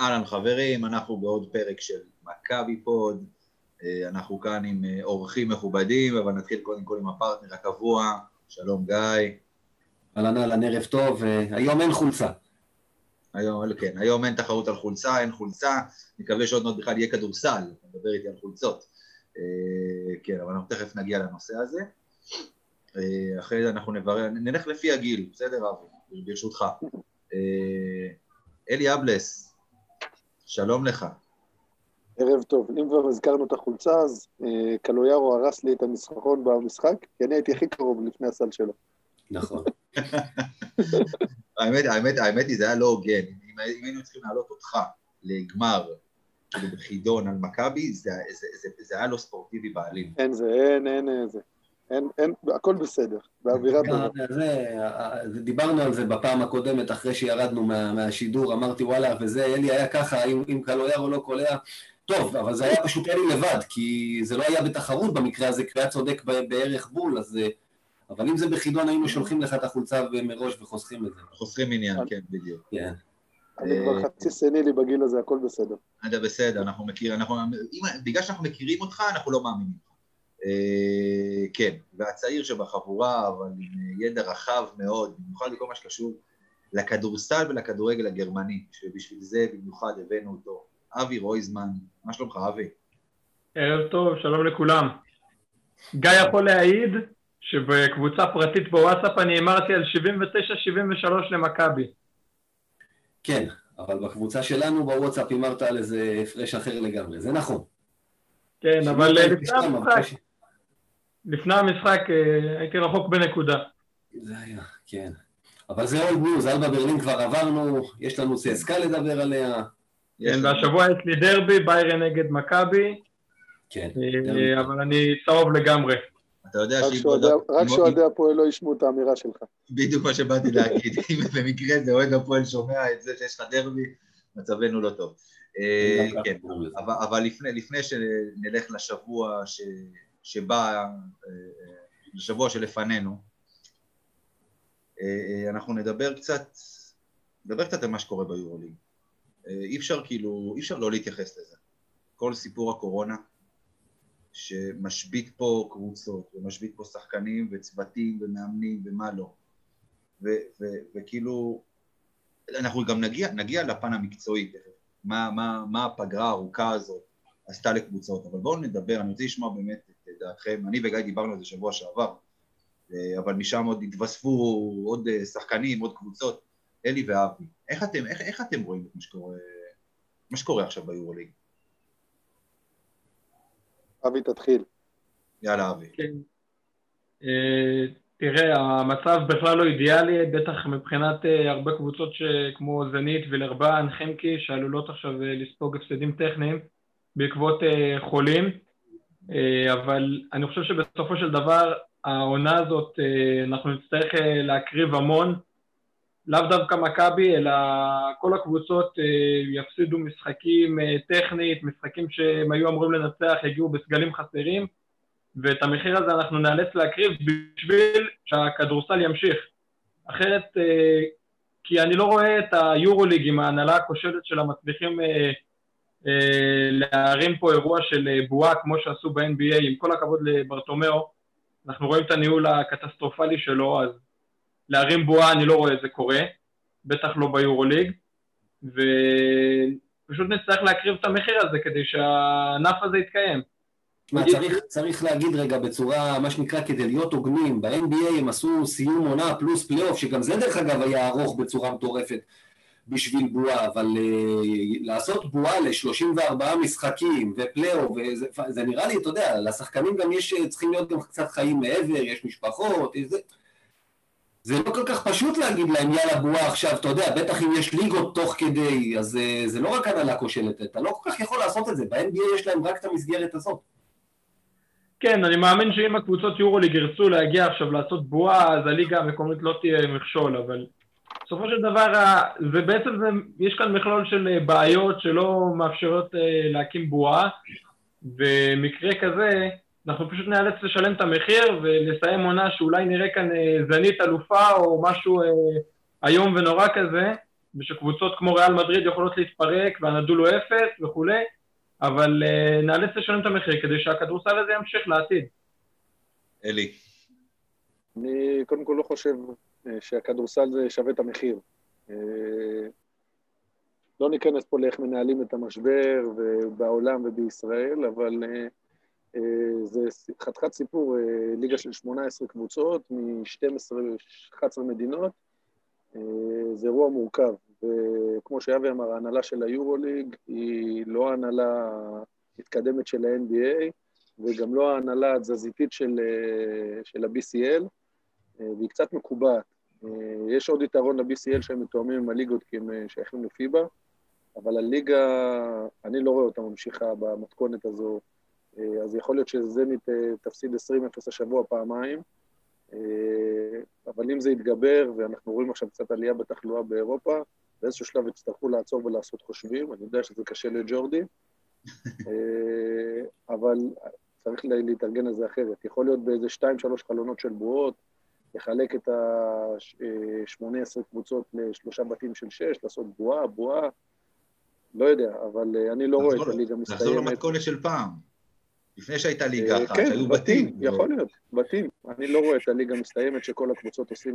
אהלן חברים, אנחנו בעוד פרק של מכבי פוד, אנחנו כאן עם אורחים מכובדים, אבל נתחיל קודם כל עם הפרטנר הקבוע, שלום גיא. אהלן, ערב טוב, היום אין חולצה. כן, היום אין תחרות על חולצה, אין חולצה, נקווה שעוד מעט בכלל יהיה כדורסל, נדבר איתי על חולצות. כן, אבל אנחנו תכף נגיע לנושא הזה. אחרי זה אנחנו נלך לפי הגיל, בסדר אבי, ברשותך. אלי אבלס, שלום לך. ערב טוב, אם כבר הזכרנו את החולצה, אז קלויארו הרס לי את המשחקון במשחק, כי אני הייתי הכי קרוב לפני הסל שלו. נכון. האמת היא, זה היה לא הוגן. אם היינו צריכים להעלות אותך לגמר, בחידון על מכבי, זה היה לא ספורטיבי בעלים. אין זה, אין, הכל בסדר, באווירה טובה. דיברנו על זה בפעם הקודמת, אחרי שירדנו מהשידור, אמרתי וואלה, וזה, אלי היה ככה, אם קלויארו לא קולע, טוב, אבל זה היה פשוט אלי לבד, כי זה לא היה בתחרות במקרה הזה, כי היה צודק בערך בול, אז... אבל אם זה בחידון, היינו שולחים לך את החולצה מראש וחוסכים את זה. חוסכים עניין, כן, בדיוק. כן. אני כבר חצי סנילי בגיל הזה, הכל בסדר. אתה בסדר, אנחנו מכירים, בגלל שאנחנו מכירים אותך, אנחנו לא מאמינים. כן, והצעיר שבחבורה, אבל עם ידע רחב מאוד, במיוחד בכל מה שקשור לכדורסל ולכדורגל הגרמני, שבשביל זה במיוחד הבאנו אותו. אבי רויזמן, מה שלומך אבי? ערב טוב, שלום לכולם. גיא יכול להעיד שבקבוצה פרטית בוואטסאפ אני אמרתי על 79-73 למכבי. כן, אבל בקבוצה שלנו בוואטסאפ אמרת על איזה הפרש אחר לגמרי, זה נכון. כן, אבל לפני המשחק הייתי רחוק בנקודה. זה היה, כן. אבל זה אולד ניוז, אלבה ברלין כבר עברנו, יש לנו CSKA לדבר עליה. כן, והשבוע יש לי דרבי, ביירן נגד מכבי. כן. אבל אני צהוב לגמרי. אתה יודע רק שאוהדי הפועל לא ישמעו את האמירה שלך. בדיוק מה שבאתי להגיד, אם במקרה זה אוהד הפועל שומע את זה שיש לך דרבי, מצבנו לא טוב. כן, אבל לפני שנלך לשבוע שבא, לשבוע שלפנינו, אנחנו נדבר קצת על מה שקורה ביורוליג. אי אפשר לא להתייחס לזה. כל סיפור הקורונה, שמשבית פה קבוצות, ומשבית פה שחקנים וצוותים ומאמנים ומה לא. וכאילו, אנחנו גם נגיע לפן המקצועי, מה הפגרה הארוכה הזאת עשתה לקבוצות, אבל בואו נדבר, אני רוצה לשמוע באמת את דעתכם, אני וגיא דיברנו על זה שבוע שעבר, אבל משם עוד התווספו עוד שחקנים, עוד קבוצות, אלי ואבי, איך אתם רואים את מה שקורה עכשיו ביורוליג? אבי תתחיל. יאללה אבי. כן. תראה, המצב בכלל לא אידיאלי, בטח מבחינת הרבה קבוצות כמו זנית ולרבן, חמקי, שעלולות עכשיו לספוג הפסדים טכניים בעקבות חולים, אבל אני חושב שבסופו של דבר העונה הזאת אנחנו נצטרך להקריב המון, לאו דווקא מכבי, אלא כל הקבוצות יפסידו משחקים טכנית, משחקים שהם היו אמורים לנצח, יגיעו בסגלים חסרים, ואת המחיר הזה אנחנו נאלץ להקריב בשביל שהכדורסל ימשיך. אחרת, כי אני לא רואה את היורוליג עם ההנהלה הכושלת של המצליחים להרים פה אירוע של בועה כמו שעשו ב-NBA, עם כל הכבוד לברטומאו, אנחנו רואים את הניהול הקטסטרופלי שלו, אז להרים בועה אני לא רואה את זה קורה, בטח לא ביורוליג, ופשוט נצטרך להקריב את המחיר הזה כדי שהענף הזה יתקיים. צריך להגיד רגע בצורה, מה שנקרא, כדי להיות הוגנים, ב-NBA הם עשו סיום עונה פלוס פלייאוף, שגם זה דרך אגב היה ארוך בצורה מטורפת בשביל בועה, אבל לעשות בועה ל-34 משחקים ופלייאוף, זה נראה לי, אתה יודע, לשחקנים גם צריכים להיות גם קצת חיים מעבר, יש משפחות, זה לא כל כך פשוט להגיד להם יאללה בועה עכשיו, אתה יודע, בטח אם יש ליגות תוך כדי, אז זה לא רק הנהלה כושלת, אתה לא כל כך יכול לעשות את זה, ב-NBA יש להם רק את המסגרת הזאת. כן, אני מאמין שאם הקבוצות יורוליג ירצו להגיע עכשיו לעשות בועה, אז הליגה המקומית לא תהיה מכשול, אבל בסופו של דבר, יש כאן מכלול של בעיות שלא מאפשרות להקים בועה, ומקרה כזה, אנחנו פשוט נאלץ לשלם את המחיר, ולסיים עונה שאולי נראה כאן זנית אלופה, או משהו היום ונורא כזה, ושקבוצות כמו ריאל מדריד יכולות להתפרק, והנדולו 0 וכולי, אבל נאלץ לשלם את המחיר כדי שהכדורסל הזה ימשיך לעתיד. אלי. אני קודם כל לא חושב שהכדורסל זה שווה את המחיר. לא ניכנס פה לאיך מנהלים את המשבר בעולם ובישראל, אבל זה חתיכת סיפור, ליגה של 18 קבוצות מ-12-11 מדינות, זה אירוע מורכב, וכמו שאבי אמר, ההנהלה של היורוליג היא לא ההנהלה התקדמת של ה-NBA, וגם לא ההנהלה התזזיתית של ה-BCL, והיא קצת מקובעת. יש עוד יתרון ל-BCL שהם מתואמים עם הליגות כי הם שייכים לפיבה, אבל הליגה, אני לא רואה אותה ממשיכה במתכונת הזו, אז יכול להיות שזנית תפסיד 20-0 השבוע פעמיים, אבל אם זה יתגבר, ואנחנו רואים עכשיו קצת עלייה בתחלואה באירופה, באיזשהו שלב יצטרכו לעצור ולעשות חושבים, אני יודע שזה קשה לג'ורדי, אבל צריך להתארגן על זה אחרת. יכול להיות באיזה 2-3 חלונות של בועות, לחלק את ה-18 קבוצות ל3 בתים של 6, לעשות בועה, לא יודע, אבל אני לא רואה את הליגה מסתיימת. לחזור למתכונת של פעם, לפני שהייתה ליגה אחת, כן, שהיו בתים. יכול להיות, בתים. אני לא רואה את הליגה מסתיימת שכל הקבוצות עושים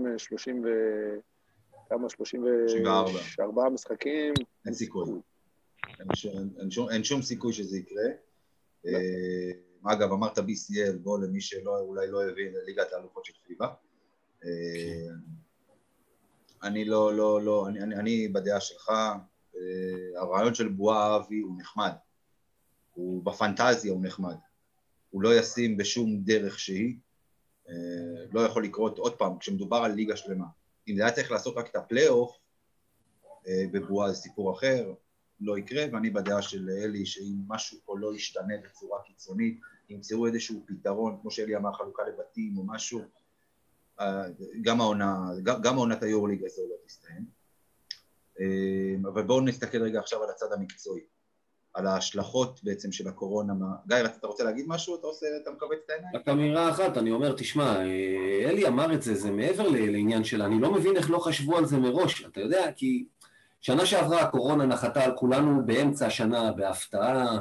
34 משחקים. אין סיכוי. אין שום סיכוי שזה יקרה. אגב, אמרת BCL, בוא למי שאולי לא הבין, ליגת האלופות של פיבה. אני בדעה שלך, הרעיון של בועה אבי הוא נחמד, הוא בפנטזיה הוא נחמד, הוא לא ישים בשום דרך שהיא, לא יכול לקרות עוד פעם, כשמדובר על ליגה שלמה. אם זה היה צריך לעשות רק את הפלייאוף, בבועה זה סיפור אחר, לא יקרה, ואני בדעה של אלי שאם משהו פה לא ישתנה בצורה קיצונית, ימצאו איזשהו פתרון, כמו שאלי אמר, חלוקה לבתים או משהו, גם העונת היורליג הזו לא תסתיים. אבל בואו נסתכל רגע עכשיו על הצד המקצועי, על ההשלכות בעצם של הקורונה. גיא, אתה רוצה להגיד משהו? אתה מקבץ את העיניים? רק אמירה אחת, אני אומר, תשמע, אלי אמר את זה, זה מעבר לעניין שלה, אני לא מבין איך לא חשבו על זה מראש, אתה יודע, כי שנה שעברה הקורונה נחתה על כולנו באמצע השנה, בהפתעה,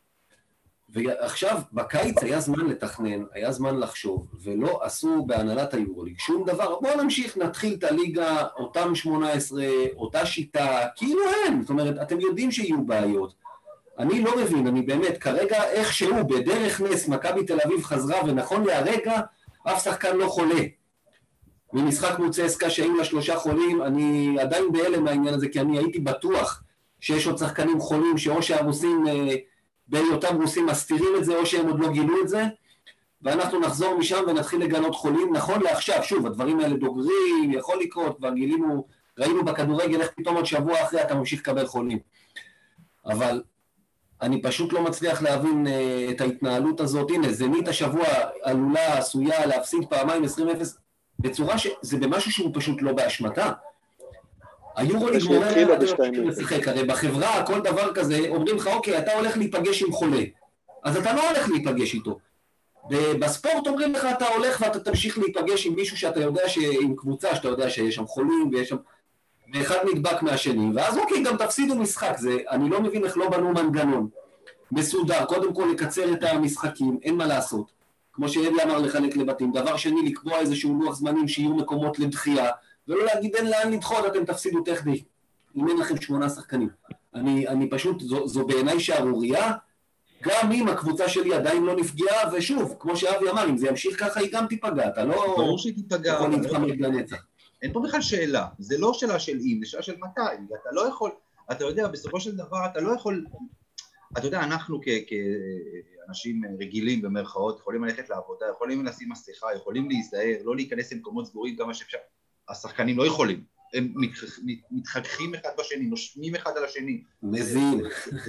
ועכשיו בקיץ היה זמן לתכנן, היה זמן לחשוב, ולא עשו בהנהלת היורוליג שום דבר. בואו נמשיך, נתחיל את הליגה, אותם 18, אותה שיטה, כאילו אין, זאת אומרת, אתם יודעים שיהיו בעיות. אני לא מבין, אני באמת, כרגע איכשהו, בדרך נס, מכבי תל אביב חזרה, ונכון להרגע, אף שחקן לא חולה. ממשחק מול CSKA שהיו לה 3 חולים, אני עדיין בהלם מהעניין הזה, כי אני הייתי בטוח שיש עוד שחקנים חולים, שאו שהרוסים, בהיותם רוסים מסתירים את זה, או שהם עוד לא גילו את זה, ואנחנו נחזור משם ונתחיל לגלות חולים. נכון לעכשיו, שוב, הדברים האלה דוגרים, יכול לקרות, כבר גילינו, ראינו בכדורגל איך פתאום עוד שבוע אחרי אתה ממשיך לקבל חולים. אבל אני פשוט לא מצליח להבין את ההתנהלות הזאת. הנה, זנית השבוע עלולה, עשויה להפסיד פעמיים 20-0, בצורה שזה במשהו שהוא פשוט לא באשמתה. היורוליג אומר, הרי בחברה, כל דבר כזה, אומרים לך, אוקיי, אתה הולך להיפגש עם חולה, אז אתה לא הולך להיפגש איתו. בספורט אומרים לך, אתה הולך ואתה תמשיך להיפגש עם מישהו שאתה יודע, עם קבוצה שאתה יודע שיש שם חולים, ויש שם, ואחד נדבק מהשני, ואז אוקיי, גם תפסידו משחק. זה, אני לא מבין איך לא בנו מנגנון מסודר, קודם כל לקצר את המשחקים, אין מה לעשות. כמו שאלי אמר, לחלק לבתים. דבר שני, לקבוע איזשהו לוח זמנים שיהיו מקומות לדחייה, ולא להגיד אין לאן לדחות, אתם תפסידו טכני, אם אין לכם 8 שחקנים. אני פשוט, זו בעיניי שערורייה, גם אם הקבוצה שלי עדיין לא נפגעה, ושוב, כמו שאבי אמר, אם זה ימשיך ככה, היא גם תיפגע, אתה לא... ברור שהיא תיפגע, יכול להתחמק לנצח. אין פה בכלל שאלה, זה לא שאלה של אם, זה שאלה של מתי, אתה לא יכול, אתה יודע, בסופו של דבר, אתה לא יכול, אתה יודע, אנחנו כאנשים רגילים במרכאות, יכולים ללכת לעבודה, יכולים לשים מסכה, יכולים להיזהר, לא להיכנס למקומות סגורים כמה שאפשר, השחקנים לא יכולים, הם מתחככים אחד בשני, נושמים אחד על השני. מזין.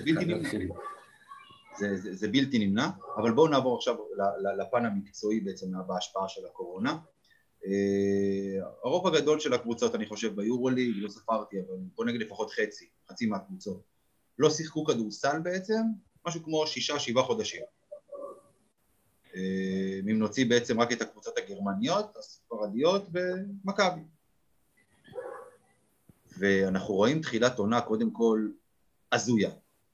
זה בלתי נמנע, אבל בואו נעבור עכשיו לפן המקצועי בעצם בהשפעה של הקורונה. הרוב הגדול של הקבוצות, אני חושב, ביורוליג, לא ספרתי, אבל בוא נגיד לפחות חצי מהקבוצות, לא שיחקו כדורסל בעצם, משהו כמו 6-7 חודשים. אם נוציא בעצם רק את הקבוצות הגרמניות, הספרדיות ומכבי. ואנחנו רואים תחילת עונה, קודם כל, הזויה.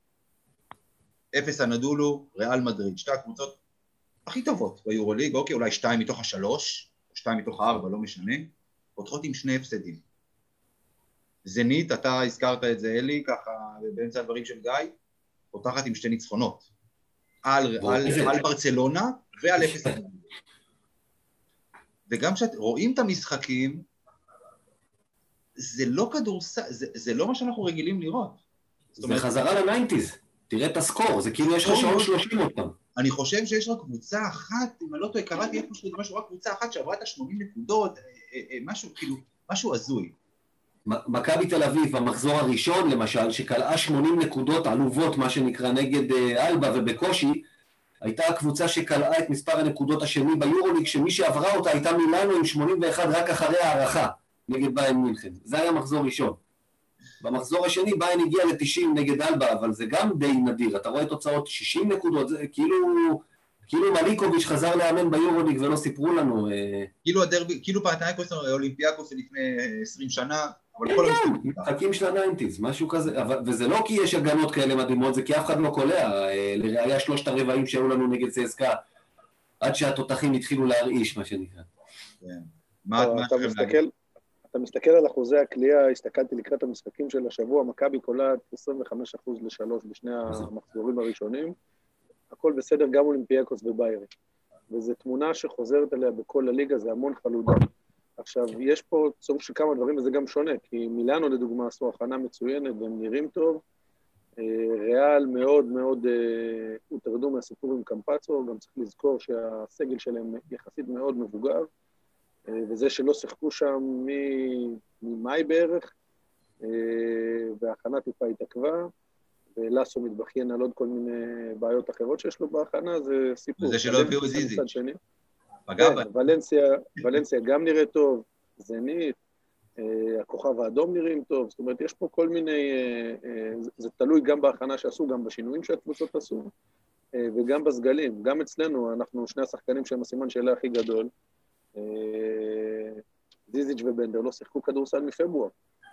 0 אנדולו, ריאל מדריד, שתי הקבוצות הכי טובות ביורוליג, אוקיי, אולי 2 מתוך 3, 2 מתוך 4, לא משנה, פותחות עם 2 הפסדים. זנית, אתה הזכרת את זה, אלי, ככה, באמצע הדברים של גיא, פותחת עם 2 ניצחונות. על ברצלונה ועל 0 אנדולו. וגם כשרואים את המשחקים, זה לא כדורסל, זה לא מה שאנחנו רגילים לראות. זה חזרה ל-90s, תראה את הסקור, זה כאילו יש לך שעון 30 אותם. אני חושב שיש רק קבוצה אחת, אם אני לא טועה, קראתי איפשהו משהו, רק קבוצה אחת שעברה את ה-80 נקודות, משהו, כאילו, משהו הזוי. מכבי תל אביב, המחזור הראשון למשל, שקלעה 80 נקודות עלובות, מה שנקרא, נגד אלבה ובקושי, הייתה הקבוצה שקלעה את מספר הנקודות השני ביורוליג, שמי שעברה אותה הייתה מילאנו עם 81 רק אחרי הערכה, נגד ביירן מינכן. זה היה מחזור ראשון. במחזור השני ביירן הגיע ל-90 נגד אלבה, אבל זה גם די נדיר. אתה רואה תוצאות 60 נקודות, זה כאילו מליקוביץ' חזר לאמן ביורוליג ולא סיפרו לנו. כאילו הדרבי, כאילו פנתנייקוס אולימפיאקוס לפני 20 שנה, אבל כל המשחקים. משחקים של ה-90s, משהו כזה, וזה לא כי יש הגנות כאלה מדהימות, זה כי אף אחד לא קולע. לראיה 3 הרבעים שהיו לנו נגד CSKA, עד שהתותחים התחילו להרעיש, מה שנקרא. אתה מסתכל על אחוזי הקליעה, הסתכלתי לקראת המשחקים של השבוע, מכבי קולעת 25% ל-3 בשני המחזורים הראשונים, הכל בסדר, גם אולימפיאקוס וביירן. וזו תמונה שחוזרת עליה בכל הליגה, זה המון חלודה. עכשיו, יש פה צירוף של כמה דברים, וזה גם שונה, כי מילאנו לדוגמה עשו הכנה מצוינת, והם נראים טוב. ריאל מאוד מאוד הוטרדו מהסיפור עם קמפצו, גם צריך לזכור שהסגל שלהם יחסית מאוד מבוגר, וזה שלא שיחקו שם ממאי בערך, וההכנה טיפה התעכבה, ולאסו מתבכיין על עוד כל מיני בעיות אחרות שיש לו בהכנה, זה סיפור. זה שלא הביאו זיזי. ולנסיה גם נראה טוב, זנית, הכוכב האדום נראים טוב, זאת אומרת, יש פה כל מיני, זה תלוי גם בהכנה שעשו, גם בשינויים שהקבוצות עשו, וגם בסגלים. גם אצלנו, אנחנו שני השחקנים שהם הסימן שאלה הכי גדול, זיזיץ' ובנדר לא שיחקו כדורסל מפברואר.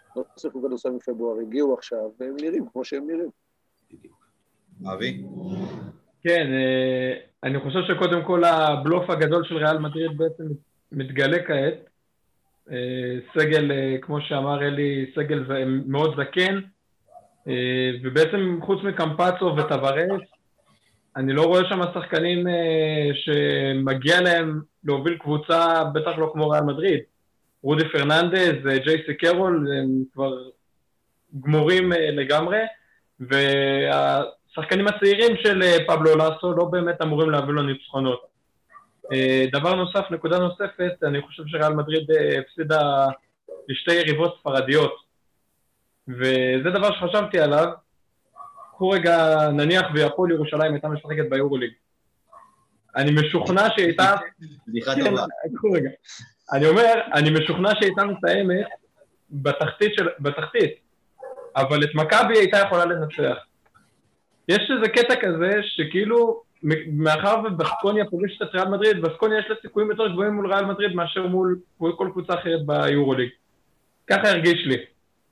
הגיעו עכשיו, והם נראים כמו שהם נראים. אבי? כן, אני חושב שקודם כל הבלוף הגדול של ריאל מדריד בעצם מתגלה כעת. סגל, כמו שאמר אלי, סגל מאוד זקן, ובעצם חוץ מקמפצו וטוורס, אני לא רואה שם שחקנים שמגיע להם להוביל קבוצה, בטח לא כמו ריאל מדריד. רודי פרננדז, ג'ייסי קרול, הם כבר גמורים לגמרי, והשחקנים הצעירים של פבלו לסו לא באמת אמורים להביא לו ניצחונות. דבר נוסף, נקודה נוספת, אני חושב שריאל מדריד הפסידה לשתי יריבות ספרדיות, וזה דבר שחשבתי עליו. קחו רגע, נניח והפועל ירושלים הייתה משחקת ביורוליג. אני משוכנע שהייתה... קחו רגע. אני אומר, אני משוכנע שהייתה מסיימת בתחתית, אבל את מכבי הייתה יכולה לנצח. יש איזה קטע כזה שכאילו, מאחר ובסקוניה פוגשת את ריאל מדריד, בסקוניה יש לה סיכויים יותר גבוהים מול ריאל מדריד מאשר מול כל קבוצה אחרת ביורוליג. ככה הרגיש לי.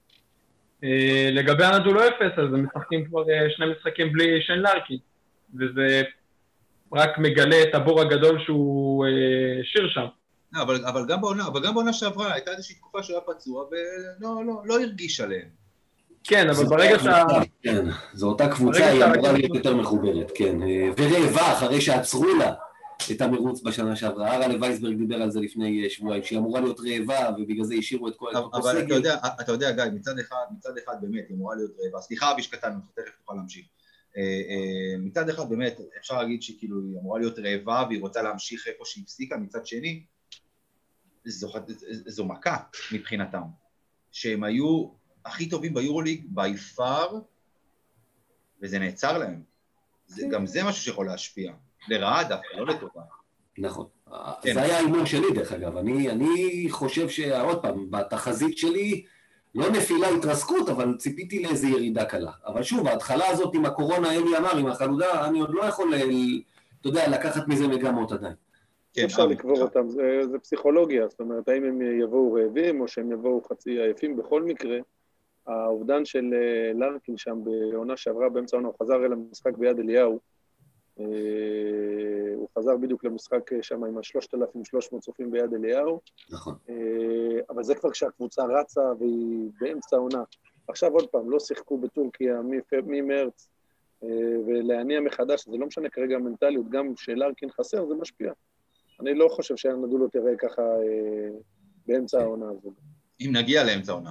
לגבי אנדולו 0, אז הם משחקים כבר 2 משחקים בלי שיין לארקין, וזה רק מגלה את הבור הגדול שהוא שיר שם. אבל גם בעונה שעברה, הייתה איזושהי תקופה שהוא היה פצוע, ולא הרגיש עליהם. כן, אבל ברגע כן, זו אותה קבוצה, היא אמורה להיות יותר מחוברת, כן. ורעבה, אחרי שעצרו לה את המרוץ בשנה שעברה. הרלה וייסברג דיבר על זה לפני שבועיים, שהיא אמורה להיות רעבה, ובגלל זה השאירו את כל אבל אתה יודע, גיא, מצד אחד באמת, היא אמורה להיות רעבה. סליחה, אביש קטן, תכף תוכל להמשיך. מצד אחד באמת, אפשר להגיד שכאילו היא אמורה להיות רעבה, והיא רוצה להמשיך איפה שהיא הפסיקה, מצד שני, זו מכה מבחינתם, שהם היו הכי טובים ביורוליג, ביפר, וזה נעצר להם. גם זה משהו שיכול להשפיע. לרעה דווקא, לא לטובה. נכון. זה היה האימון שלי, דרך אגב. אני חושב שעוד פעם, בתחזית שלי, לא נפילה התרסקות, אבל ציפיתי לאיזו ירידה קלה. אבל שוב, ההתחלה הזאת עם הקורונה, אלי אמר, עם החלודה, אני עוד לא יכול, אתה יודע, לקחת מזה מגמות עדיין. אפשר לקבור אותם, זה פסיכולוגיה, זאת אומרת, האם הם יבואו רעבים, או שהם יבואו חצי עייפים, בכל מקרה, האובדן של לרקין שם בעונה שעברה באמצע העונה, הוא חזר אל המשחק ביד אליהו, הוא חזר בדיוק למשחק שם עם 3,300 צופים ביד אליהו, נכון. אבל זה כבר כשהקבוצה רצה והיא באמצע העונה. עכשיו עוד פעם, לא שיחקו בטורקיה ממרץ, ולהניע מחדש, זה לא משנה כרגע המנטליות, גם שלארקין חסר, זה משפיע. אני לא חושב שהנדולו תראה ככה באמצע העונה הזו. אם נגיע לאמצע העונה.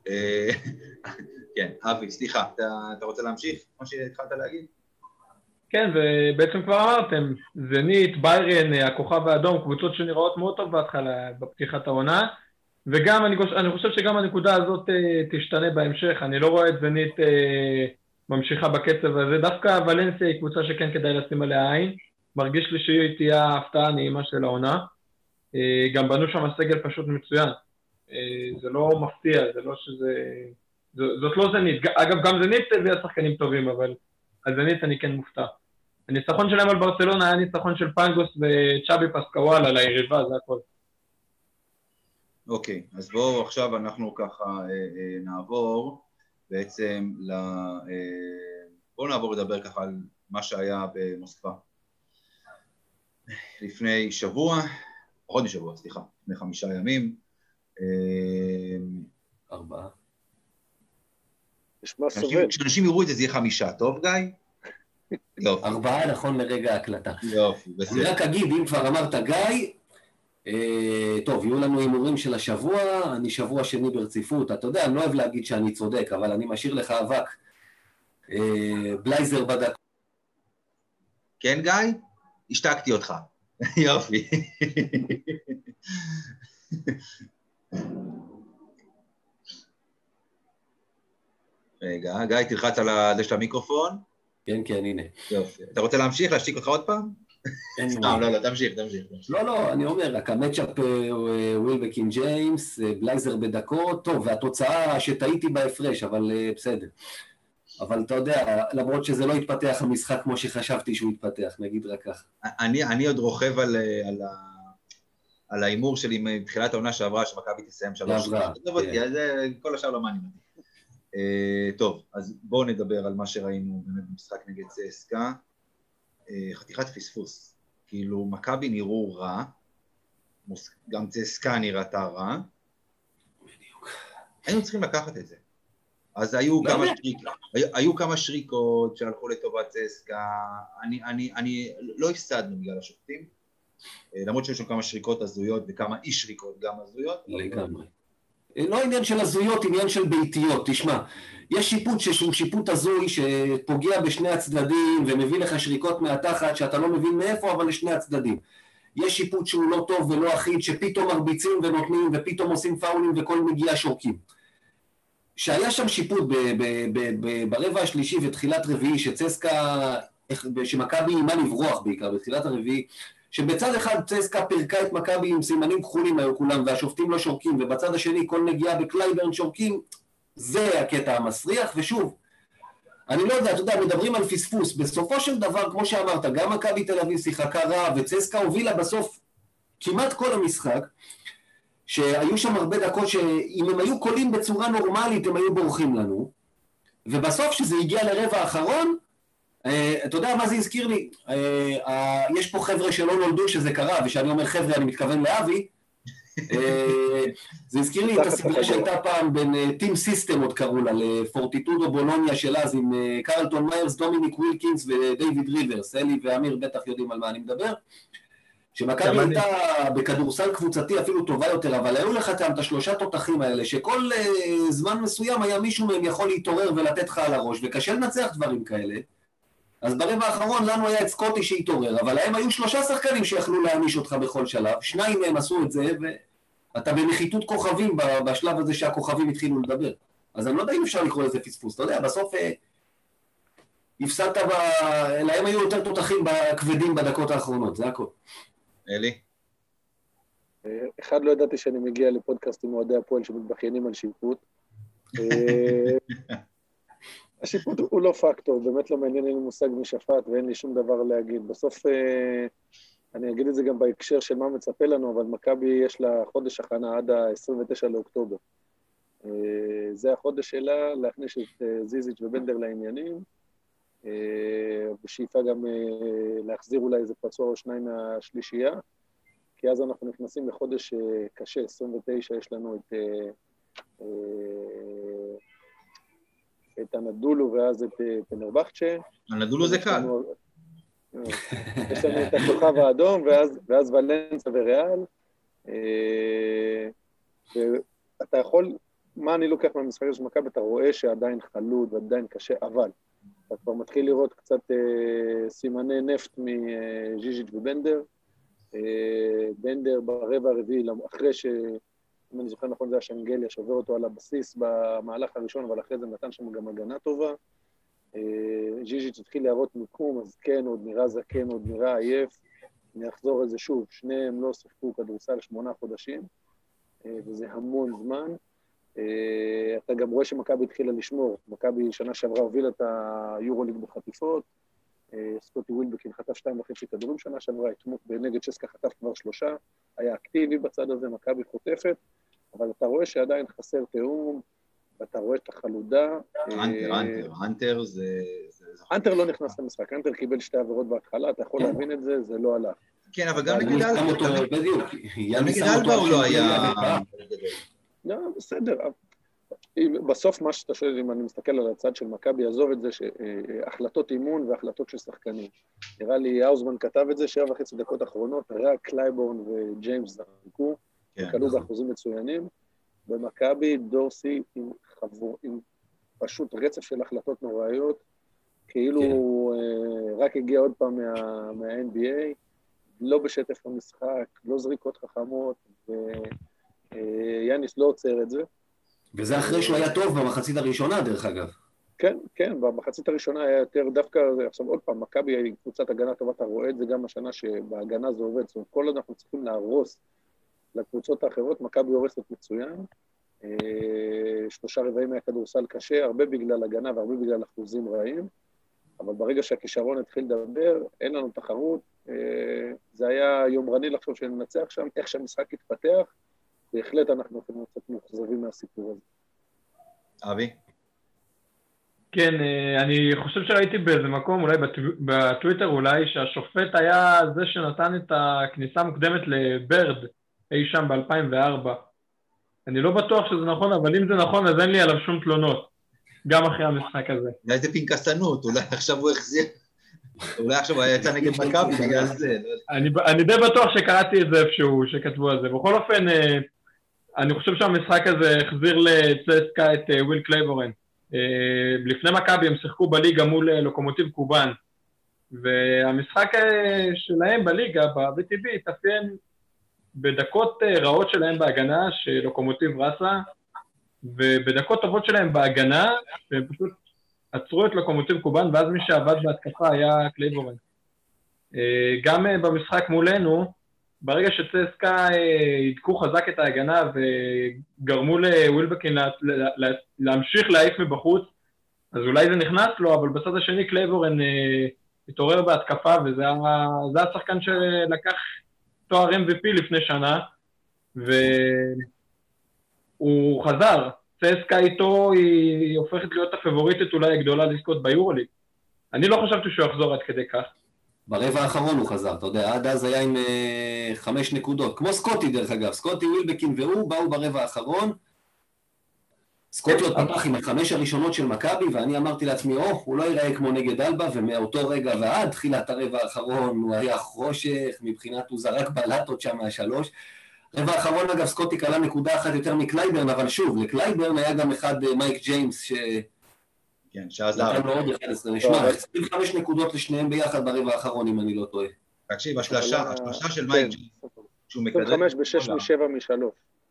כן, אבי, סליחה, אתה רוצה להמשיך, כמו שהתחלת להגיד? כן, ובעצם כבר אמרתם, זנית, ביירן, הכוכב האדום, קבוצות שנראות מאוד טוב בהתחלה, בפתיחת העונה, וגם אני חושב שגם הנקודה הזאת תשתנה בהמשך, אני לא רואה את זנית ממשיכה בקצב הזה, דווקא ולנסיה היא קבוצה שכן כדאי לשים עליה עין, מרגיש לי שהיא תהיה ההפתעה הנעימה של העונה, גם בנו שם הסגל פשוט מצוין, זה לא מפתיע, זה לא שזה, זאת לא זנית, אגב גם זנית הביאה שחקנים טובים, אבל אז זנית אני כן מופתע. הניצחון שלהם על ברצלונה היה ניצחון של פנגוס וצ'אבי פסקוואל על היריבה, זה הכל. אוקיי, אז בואו עכשיו אנחנו ככה נעבור בעצם בואו נעבור לדבר ככה על מה שהיה במוסקבה. לפני שבוע, פחות משבוע, סליחה, לפני 5 ימים. 4. נשמע סובל. כשאנשים יראו את זה, זה יהיה 5, טוב גיא? יופי. 4 נכון לרגע ההקלטה. יופי, בסדר. אני רק אגיד, אם כבר אמרת גיא, טוב, יהיו לנו הימורים של השבוע, אני שבוע שני ברציפות, אתה יודע, אני לא אוהב להגיד שאני צודק, אבל אני משאיר לך אבק. בלייזר בדק. כן גיא? השתקתי אותך. יופי. רגע, גיא, תלחץ על הדש המיקרופון. כן, כן, הנה. יופי. אתה רוצה להמשיך, להשתיק אותך עוד פעם? סתם, לא, תמשיך. לא, אני אומר, רק המצ'אפ ווילבקין ג'יימס, בלייזר בדקות, טוב, והתוצאה שטעיתי בהפרש, אבל בסדר. אבל אתה יודע, למרות שזה לא התפתח המשחק כמו שחשבתי שהוא התפתח, נגיד רק כך. אני עוד רוכב על האימור שלי מבחינת העונה שעברה, שמכבי תסיים 3. זה כל השאר לא מעניין אותי. טוב, אז בואו נדבר על מה שראינו באמת במשחק נגד צסקה. חתיכת פספוס. כאילו, מכבי נראו רע, גם צסקה נראתה רע. בדיוק. היינו צריכים לקחת את זה. אז היו כמה שריקות שהלכו לטובת צסקה, אני לא הפסדנו בגלל השופטים, למרות שיש לנו כמה שריקות הזויות וכמה אי שריקות גם הזויות. לגמרי. לא עניין של הזויות, עניין של ביתיות. תשמע, יש שיפוט שהוא שיפוט הזוי שפוגע בשני הצדדים ומביא לך שריקות מהתחת שאתה לא מבין מאיפה, אבל לשני הצדדים. יש שיפוט שהוא לא טוב ולא אחיד, שפתאום מרביצים ונותנים ופתאום עושים פאולים וכל מגיעה שורקים. שהיה שם שיפוט ברבע השלישי ותחילת רביעי, שמכבי אימה לברוח בעיקר בתחילת הרביעי, שבצד אחד צסקה פרקה את מכבי עם סימנים כחולים היו כולם, והשופטים לא שורקים, ובצד השני כל נגיעה בקלייברן שורקים, זה הקטע המסריח, ושוב, אני לא יודע, אתה יודע, מדברים על פספוס, בסופו של דבר, כמו שאמרת, גם מכבי תל אביב שיחקה רע, וצסקה הובילה בסוף כמעט כל המשחק, שהיו שם הרבה דקות שאם הם היו קולים בצורה נורמלית, הם היו בורחים לנו, ובסוף שזה הגיע לרבע האחרון, אתה יודע מה זה הזכיר לי? יש פה חבר'ה שלא נולדו שזה קרה, ושאני אומר חבר'ה, אני מתכוון לאבי, זה הזכיר לי את הסדרה שהייתה פעם בין טים סיסטם, עוד קראו לה, לפורטיטודו בולוניה של אז, עם קרלטון מיירס, דומיניק ווילקינס ודייוויד ריברס, אלי ואמיר בטח יודעים על מה אני מדבר, שמכבי הייתה בכדורסל קבוצתי אפילו טובה יותר, אבל היו לך את השלושה תותחים האלה, שכל זמן מסוים היה מישהו מהם יכול להתעורר ולתת לך על הראש, וקשה לנצח דברים כאלה. אז ברבע האחרון לנו היה את סקוטי שהתעורר, אבל להם היו 3 שחקנים שיכלו להעניש אותך בכל שלב, 2 מהם עשו את זה, ואתה בנחיתות כוכבים בשלב הזה שהכוכבים התחילו לדבר. אז אני לא יודע אם אפשר לקרוא לזה פספוס, אתה יודע, בסוף הפסדת, להם היו יותר תותחים כבדים בדקות האחרונות, זה הכל. אלי? אחד, לא ידעתי שאני מגיע לפודקאסט עם אוהדי הפועל שמתבכיינים על שיפוט. השיפוט הוא לא פקטור, באמת לא מעניין, אין לי מושג משפט ואין לי שום דבר להגיד. בסוף, אני אגיד את זה גם בהקשר של מה מצפה לנו, אבל מכבי יש לה חודש הכנה עד ה-29 לאוקטובר. זה החודש שלה להכניס את זיזיץ' ובנדר לעניינים, בשאיפה גם להחזיר אולי איזה פצוע או שניים מהשלישייה, כי אז אנחנו נכנסים לחודש קשה, 29, יש לנו את הנדולו ואז את פנרבחצ'ה. הנדולו זה קל. יש לנו את הכוכב האדום ואז ולנסה וריאל. ואתה יכול, מה אני לוקח מהמשחק של מכבי, אתה רואה שעדיין חלוד ועדיין קשה, אבל אתה כבר מתחיל לראות קצת סימני נפט מז'יז'יץ' ובנדר. בנדר ברבע הרביעי, אחרי אם אני זוכר נכון זה השנגליה, שובר אותו על הבסיס במהלך הראשון, אבל אחרי זה נתן שם גם הגנה טובה. ז'יז'יץ' התחיל להראות מיקום, אז כן, עוד נראה זקן, עוד נראה עייף. אני אחזור על זה שוב, שניהם לא שיחקו כדורסל 8 חודשים, וזה המון זמן. אתה גם רואה שמכבי התחילה לשמור. מכבי שנה שעברה הובילה את היורוליג בחטיפות, סקוטי ווילבקין חטף 2.5 כדורים שנה שעברה, בנגד צ'סקה חטף כבר 3, היה אקטיבי בצד הזה, מכבי חוטפת, אבל אתה רואה שעדיין חסר תיאום, ואתה רואה את החלודה. אנטר זה... אנטר לא נכנס למשחק, אנטר קיבל 2 עבירות בהתחלה, אתה יכול להבין את זה, זה לא הלך. כן, אבל גם נגד אלבה הוא לא היה... לא, בסדר. בסוף מה שאתה שואל, אם אני מסתכל על הצד של מכבי, עזוב את זה שהחלטות אימון והחלטות של שחקנים. נראה לי, האוזמן כתב את זה, 7.5 דקות אחרונות, רק קלייבורן וג'יימס זרקו, וקלו באחוזים מצוינים. במכבי, דורסי עם פשוט רצף של החלטות נוראיות, כאילו רק הגיע עוד פעם מה-NBA, לא בשטף המשחק, לא זריקות חכמות, ויאניס לא עוצר את זה. וזה אחרי שהוא היה טוב במחצית הראשונה, דרך אגב. כן, כן, במחצית הראשונה היה יותר דווקא, עכשיו עוד פעם, מכבי היא קבוצת הגנה טובה, אתה רואה את זה גם השנה שבהגנה זה עובד, זאת אומרת, כל עוד אנחנו צריכים להרוס לקבוצות האחרות, מכבי הורסת מצוין, 3 רבעים מהכדורסל קשה, הרבה בגלל הגנה והרבה בגלל אחוזים רעים, אבל ברגע שהכישרון התחיל לדבר, אין לנו תחרות, זה היה יומרני לחשוב שננצח שם, איך שהמשחק התפתח, בהחלט אנחנו יכולים קצת מאוכזבים מהסיפור הזה. אבי? כן, אני חושב שראיתי באיזה מקום, אולי בטוויטר אולי, שהשופט היה זה שנתן את הכניסה המוקדמת לברד, אי שם ב-2004. אני לא בטוח שזה נכון, אבל אם זה נכון, אז אין לי עליו שום תלונות, גם אחרי המשחק הזה. אולי זה פנקסנות, אולי עכשיו הוא החזיר, אולי עכשיו הוא יצא נגד מכבי בגלל זה. אני די בטוח שקראתי את זה איפשהו, שכתבו על זה. בכל אופן, אני חושב שהמשחק הזה החזיר לצסקה את וויל קלייבורן. לפני מכבי הם שיחקו בליגה מול לוקומוטיב קובן, והמשחק שלהם בליגה, ב-VTB, התאפיין בדקות רעות שלהם בהגנה, שלוקומוטיב רסה, ובדקות טובות שלהם בהגנה, והם פשוט עצרו את לוקומוטיב קובן, ואז מי שעבד בהתקפה היה קלייבורן. גם במשחק מולנו, ברגע שצסקה ידקו חזק את ההגנה וגרמו לווילבקין להמשיך להעיף מבחוץ, אז אולי זה נכנס לו, אבל בצד השני קלייבורן התעורר בהתקפה, וזה השחקן שלקח תואר MVP לפני שנה, והוא חזר. צסקה איתו היא הופכת להיות הפבוריטית אולי הגדולה לזכות ביורוליג. אני לא חשבתי שהוא יחזור עד כדי כך. ברבע האחרון הוא חזר, אתה יודע, עד אז היה עם 5 נקודות, כמו סקוטי דרך אגב, סקוטי, ווילבקין והוא באו ברבע האחרון, סקוטי עוד פתח עם 5 הראשונות של מכבי, ואני אמרתי לעצמי, הוא לא ייראה כמו נגד אלבה, ומאותו רגע ועד תחילת הרבע האחרון, הוא היה חושך, מבחינת הוא זרק בלטות שם מה3, רבע האחרון אגב, סקוטי קלה נקודה אחת יותר מקלייברן, אבל שוב, לקלייברן היה גם אחד מייק ג'יימס, כן, שעזר. נתן מאוד 11, נשמע, 25 נקודות לשניהם ביחד ברבע האחרון, אם אני לא טועה. תקשיב, השלשה של מייק ג'יימס, שהוא מכדרר... 25 ב-6 מ-7 מ-3.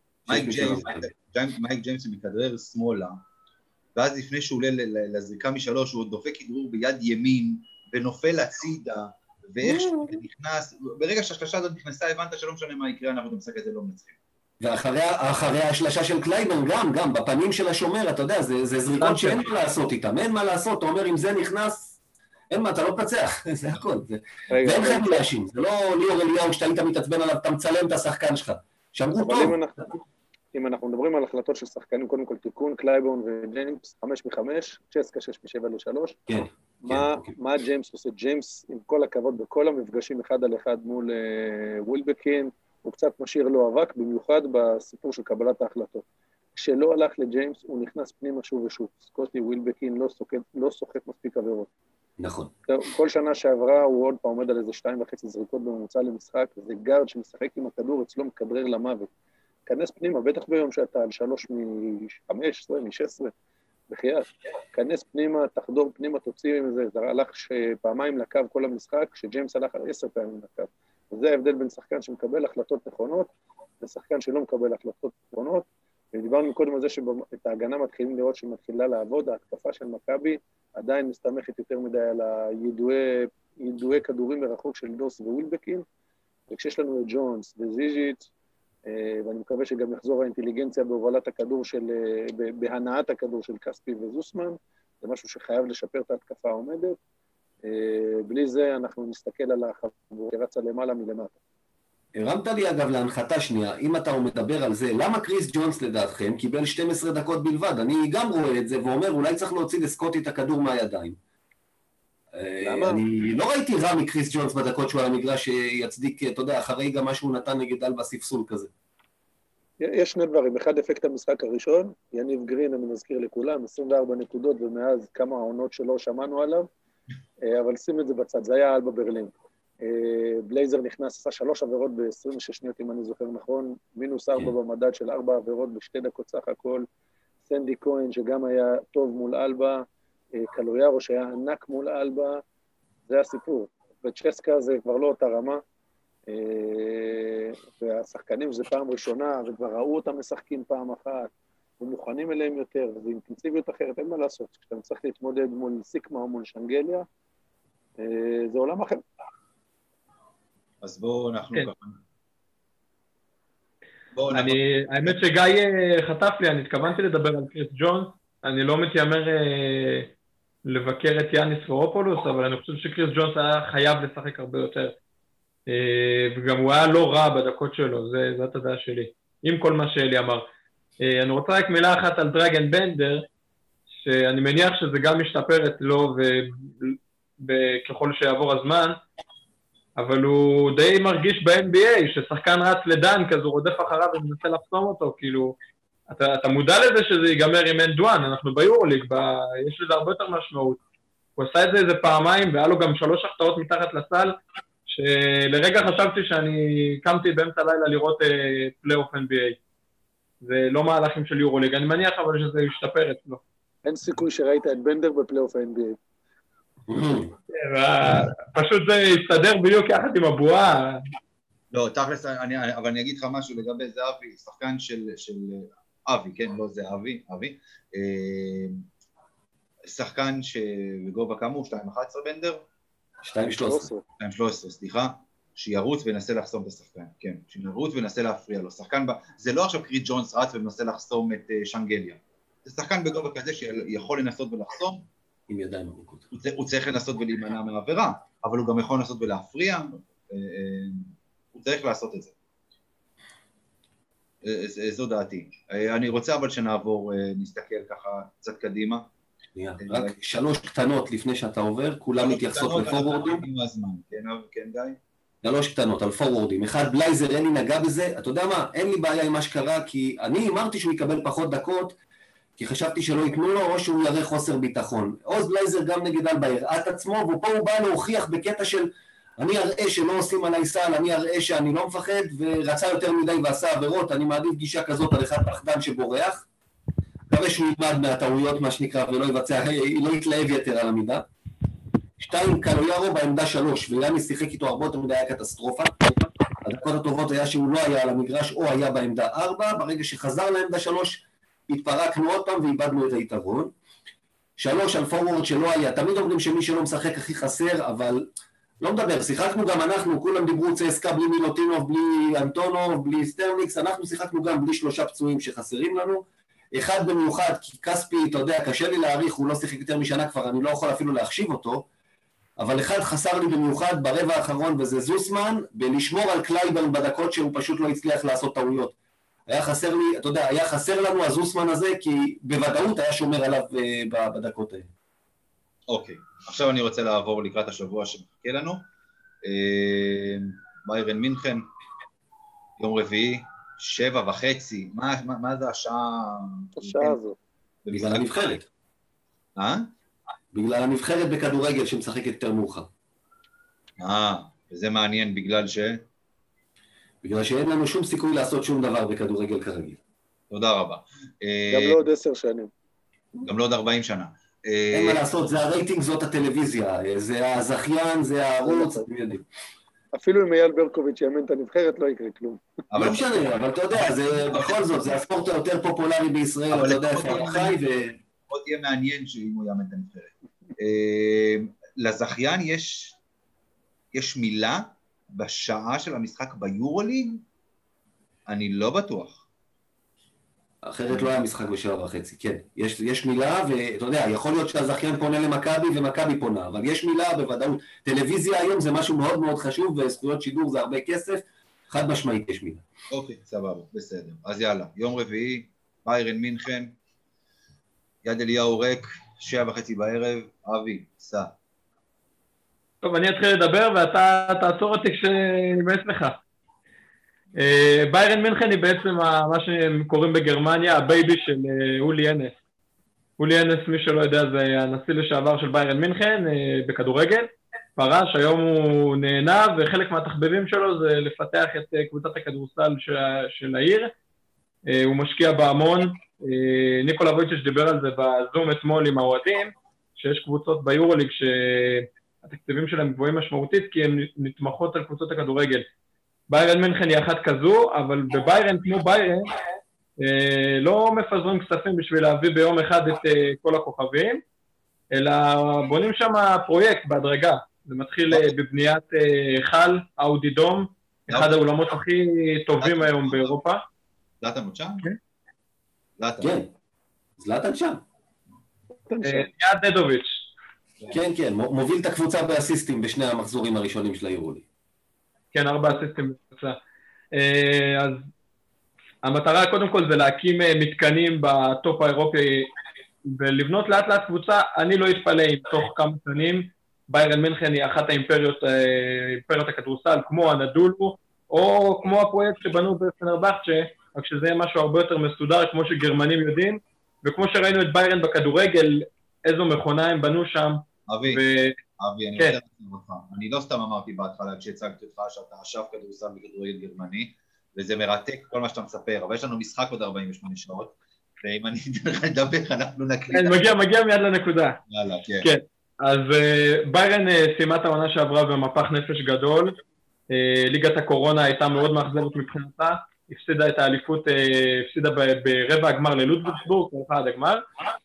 מייק ג'יימס מכדרר שמאלה, ואז לפני שהוא עולה לזריקה מ-3, הוא דופק כדרור ביד ימין, ונופל הצידה, ואיך שהוא נכנס, ברגע שהשלשה הזאת נכנסה, הבנת שלא משנה מה יקרה, אנחנו במשחק הזה לא מנצחים. ואחרי השלשה של קלייברן גם בפנים של השומר, אתה יודע, זה זריקות שאין מה לעשות איתם, אין מה לעשות, אתה אומר, אם זה נכנס, אין מה, אתה לא פצח, זה הכל. ואין לכם להאשים, זה לא ליאור אליהו, שאתה היית מתעצבן עליו, אתה מצלם את השחקן שלך. שאמרו טוב. אם אנחנו מדברים על החלטות של שחקנים, קודם כל תיקון, קלייבורן וג'יימס, 5-5, צ'סקה 6-7-3. כן. מה ג'יימס עושה? ג'יימס, עם כל הכבוד, בכל המפגשים אחד על אחד מול ווילבקין, הוא קצת משאיר לו אבק, במיוחד בסיפור של קבלת ההחלטות. כשלא הלך לג'יימס, הוא נכנס פנימה שוב ושוב. סקוטי ווילבקין לא סוחט מספיק עבירות. נכון. כל שנה שעברה הוא עוד פעם עומד על איזה 2.5 זריקות בממוצע למשחק, זה גארד שמשחק עם הכדור, אצלו מכדרר למוות. כנס פנימה, בטח ביום שאתה על 3 מ-15, מ-16, בחייאת. כנס פנימה, תחדור פנימה, תוציא עם זה. זה הלך פעמיים לקו כל המשחק, כשג'יימס הלך על 10 פעמים לקו. וזה ההבדל בין שחקן שמקבל החלטות נכונות, לשחקן שלא מקבל החלטות נכונות. ודיברנו קודם על זה שאת ההגנה מתחילים לראות שהיא מתחילה לעבוד, ההתקפה של מכבי עדיין מסתמכת יותר מדי על הידועי כדורים מרחוק של דוס ווילבקין, וכשיש לנו את ג'ונס וזיז'יץ', ואני מקווה שגם יחזור האינטליגנציה בהובלת הכדור בהנעת הכדור של כספי וזוסמן, זה משהו שחייב לשפר את ההתקפה העומדת. בלי זה אנחנו נסתכל על החבורה שרצה למעלה מלמטה. הרמת לי אגב להנחתה שנייה, אם אתה מדבר על זה, למה קריס ג'ונס לדעתכם קיבל 12 דקות בלבד? אני גם רואה את זה ואומר, אולי צריך להוציא לסקוטי את הכדור מהידיים. למה? אני לא ראיתי רע מקריס ג'ונס בדקות שהוא על המגרש שיצדיק, אתה יודע, אחרי גם מה שהוא נתן נגד אלבה ספסול כזה. יש שני דברים, אחד אפקט המשחק הראשון, יניב גרין, אני מזכיר לכולם, 24 נקודות ומאז כמה העונות שלו שמענו עליו, אבל שים את זה בצד, זה היה אלבה ברלין. בלייזר נכנס, עשה 3 עבירות ב-26 שניות, אם אני זוכר נכון, מינוס 4 במדד של 4 עבירות ב2 דקות סך הכל, סנדי כהן שגם היה טוב מול אלבה, קלויארו שהיה ענק מול אלבה, זה הסיפור. וצ'סקה זה כבר לא אותה רמה, והשחקנים זה פעם ראשונה, וכבר ראו אותם משחקים פעם אחת, ומוכנים אליהם יותר, וזה אינטנסיביות אחרת, אין מה לעשות. כשאתה צריך להתמודד מול סיקמה או מול שנגליה, זה עולם אחר. אז בואו אנחנו ככה. האמת שגיא חטף לי, אני התכוונתי לדבר על קריס ג'ונס, אני לא מתיימר לבקר את יאניס פרופולוס, אבל אני חושב שקריס ג'ונס היה חייב לשחק הרבה יותר. וגם הוא היה לא רע בדקות שלו, זאת הדעה שלי, עם כל מה שאלי אמר. אני רוצה רק מילה אחת על דרגן בנדר, שאני מניח שזה גם משתפר אצלו ככל שיעבור הזמן, אבל הוא די מרגיש ב-NBA, ששחקן רץ לדן כזה, הוא רודף אחריו ומנסה לחסום אותו, כאילו, אתה מודע לזה שזה ייגמר עם אין דואן, אנחנו ביורוליג, יש לזה הרבה יותר משמעות. הוא עשה את זה איזה פעמיים, והיה לו גם 3 החטאות מתחת לסל, שלרגע חשבתי שאני קמתי באמצע הלילה לראות פלייאוף NBA. זה לא מהלכים של יורוליג, אני מניח אבל שזה ישתפר אצלו. אין סיכוי שראית את בנדר בפלייאוף ה-NBA. פשוט זה יסתדר בדיוק יחד עם הבועה. לא, תכלס, אבל אני אגיד לך משהו לגבי זהבי, שחקן של אבי, כן, לא זה אבי, שחקן שבגובה כאמור, 2.11 בנדר? 2.13, סליחה, שירוץ ונסה לחסום את השחקן, כן, שירוץ ונסה להפריע לו, שחקן, זה לא עכשיו קריס ג'ונס רץ ומנסה לחסום את שנגליה, זה שחקן בגובה כזה שיכול לנסות ולחסום, עם ידיים ארוכות. הוא צריך לנסות ולהימנע מהעבירה, אבל הוא גם יכול לנסות ולהפריע, הוא צריך לעשות את זה. זו דעתי. אני רוצה אבל שנעבור, נסתכל ככה קצת קדימה. רק 3 קטנות לפני שאתה עובר, כולם מתייחסות לפורורדים. כן, גיא? 3 קטנות על פורורדים. אחד, בלייזר, אין לי נגע בזה. אתה יודע מה? אין לי בעיה עם מה שקרה, כי אני אמרתי שהוא יקבל פחות דקות, כי חשבתי שלא ייתנו לו, או שהוא יראה חוסר ביטחון. עוז בלייזר גם נגד אלבה הראה את עצמו, ופה הוא בא להוכיח בקטע של אני אראה שלא עושים עליי סל, אני אראה שאני לא מפחד, ורצה יותר מדי ועשה עבירות, אני מעדיף גישה כזאת על אחד פחדן שבורח, מקווה שהוא ילמד מהטעויות מה שנקרא, ולא יתלהב יותר על המידה. 2, קלויארו בעמדה 3, ויאני שיחק איתו הרבה יותר מדי, היה קטסטרופה. הדקות הטובות היה שהוא לא היה על המגרש, או היה בעמדה 4, ברגע שחזר לעמדה 3, התפרקנו עוד פעם ואיבדנו את היתרון. 3, על פורוורד שלא היה, תמיד אומרים שמי שלא משחק הכי חסר, אבל לא מדבר, שיחקנו גם אנחנו, כולם דיברו צסקה בלי מילוטינוב, בלי אנטונוב, בלי סטרליקס, אנחנו שיחקנו גם בלי 3 פצועים שחסרים לנו. אחד במיוחד, כי כספי, אתה יודע, קשה לי להעריך, הוא לא שיחק יותר משנה כבר, אני לא יכול אפילו להחשיב אותו, אבל אחד חסר לי במיוחד ברבע האחרון, וזה זוסמן, בלשמור על קלייברן בדקות שהוא פשוט לא הצליח לעשות טעויות. היה חסר לי, אתה יודע, היה חסר לנו הזוסמן הזה, כי בוודאות היה שומר עליו בדקות האלה. אוקיי, עכשיו אני רוצה לעבור לקראת השבוע שמחכה לנו. ביירן מינכן, יום רביעי, 7:30, מה זה השעה? השעה הזו. בגלל הנבחרת. אה? בגלל הנבחרת בכדורגל שמשחקת יותר מאוחר. וזה מעניין בגלל ש... בגלל שאין לנו שום סיכוי לעשות שום דבר בכדורגל כרגיל. תודה רבה. גם לא עוד 10 שנים. גם לא עוד 40 שנה. אין מה לעשות, זה הרייטינג, זאת הטלוויזיה, זה הזכיין, זה הערוץ, אתם יודעים. אפילו אם אייל ברקוביץ' יאמן את הנבחרת, לא יקרה כלום. לא משנה, אבל אתה יודע, זה בכל זאת, זה הספורט היותר פופולרי בישראל, אתה יודע איפה אתה חי ו... עוד יהיה מעניין שאם הוא יאמן את הנבחרת. לזכיין יש מילה בשעה של המשחק ביורוליג? אני לא בטוח. אחרת לא היה משחק ב7:30, כן. יש מילה, ואתה יודע, יכול להיות שהזכיין פונה למכבי ומכבי פונה, אבל יש מילה בוודאות. טלוויזיה היום זה משהו מאוד מאוד חשוב, וזכויות שידור זה הרבה כסף, חד משמעית יש מילה. אוקיי, סבבה, בסדר. אז יאללה, יום רביעי, ביירן מינכן, יד אליהו ריק, 7:30 בערב, אבי, סע. טוב, אני אתחיל לדבר ואתה תעצור אותי כשנמאס לך. ביירן מינכן היא בעצם מה שהם קוראים בגרמניה, הבייבי של אולי אנס. אולי אנס, מי שלא יודע, זה הנשיא לשעבר של ביירן מינכן בכדורגל. פרש, היום הוא נהנה, וחלק מהתחביבים שלו זה לפתח את קבוצת הכדורסל של העיר. הוא משקיע בהמון. ניקולה וויצ'יץ' דיבר על זה בזום אתמול עם האוהדים, שיש קבוצות ביורוליג שהתקציבים שלהם גבוהים משמעותית, כי הן נתמכות על קבוצות הכדורגל. ביירן מינכן היא אחת כזו, אבל בביירן כמו ביירן, לא מפזרים כספים בשביל להביא ביום אחד את כל הכוכבים, אלא בונים שם פרויקט בהדרגה. זה מתחיל בבניית חל, אאודי דום, אחד האולמות הכי טובים היום באירופה. זלאטן עוד שם? כן, זלאטן שם. יד דדוביץ'. כן, כן, מוביל את הקבוצה באסיסטים בשני המחזורים הראשונים של היורוליג. כן, 4 אסיסטים בקבוצה. אז המטרה קודם כל זה להקים מתקנים בטופ האירופי ולבנות לאט לאט קבוצה. אני לא אתפלא אם תוך כמה שנים ביירן מינכן היא אחת האימפריות הכדורסל, כמו הנדולו, או כמו הפרויקט שבנו בפנרבחצ'ה, רק שזה יהיה משהו הרבה יותר מסודר, כמו שגרמנים יודעים, וכמו שראינו את ביירן בכדורגל, איזו מכונה הם בנו שם. אבי, אני רוצה להגיד אותך. אני לא סתם אמרתי בהתחלה, כשהצגתי אותך שאתה אשף כדורסל בכדורגל גרמני, וזה מרתק כל מה שאתה מספר, אבל יש לנו משחק עוד 48 שעות, ואם אני אדבר, אנחנו נקליט. מגיע מיד לנקודה. יאללה, כן. כן, אז ביירן סיימה את העונה שעברה במפח נפש גדול, ליגת הקורונה הייתה מאוד מאכזבת מבחינתה, הפסידה את האליפות, הפסידה ברבע הגמר ללודוויגסבורג, הלכה עד הגמר.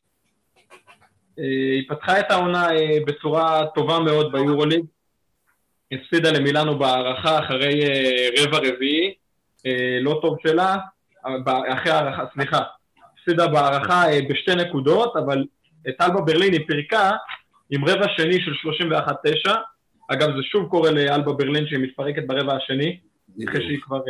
היא פתחה את העונה בצורה טובה מאוד ביורוליג, הפסידה למילאנו בהערכה אחרי רבע רביעי, לא טוב שלה, אחרי הערכה, סליחה, הפסידה בהערכה בשתי נקודות, אבל את אלבה ברלין היא פירקה עם רבע שני של 31-9, אגב זה שוב קורה לאלבה ברלין שהיא מתפרקת ברבע השני, אחרי שהיא כבר...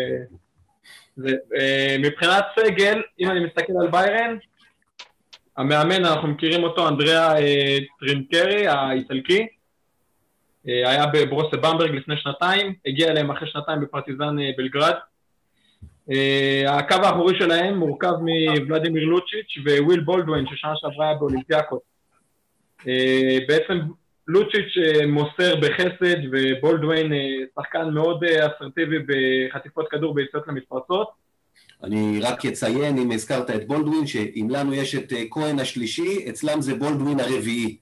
מבחינת סגל, אם אני מסתכל על ביירן, המאמן, אנחנו מכירים אותו, אנדריאה טרינקרי, האיטלקי, היה בברוסה במברג לפני שנתיים, הגיע אליהם אחרי שנתיים בפרטיזן בלגרד. הקו האחורי שלהם מורכב מוולדימיר לוצ'יץ' וויל בולדווין, ששנה שעברה היה באולימפיאקוס. בעצם לוצ'יץ' מוסר בחסד, ובולדווין שחקן מאוד אסרטיבי בחטיפות כדור ביציאות למתפרצות. אני רק אציין, אם הזכרת את בולדווין, שאם לנו יש את כהן השלישי, אצלם זה בולדווין הרביעי.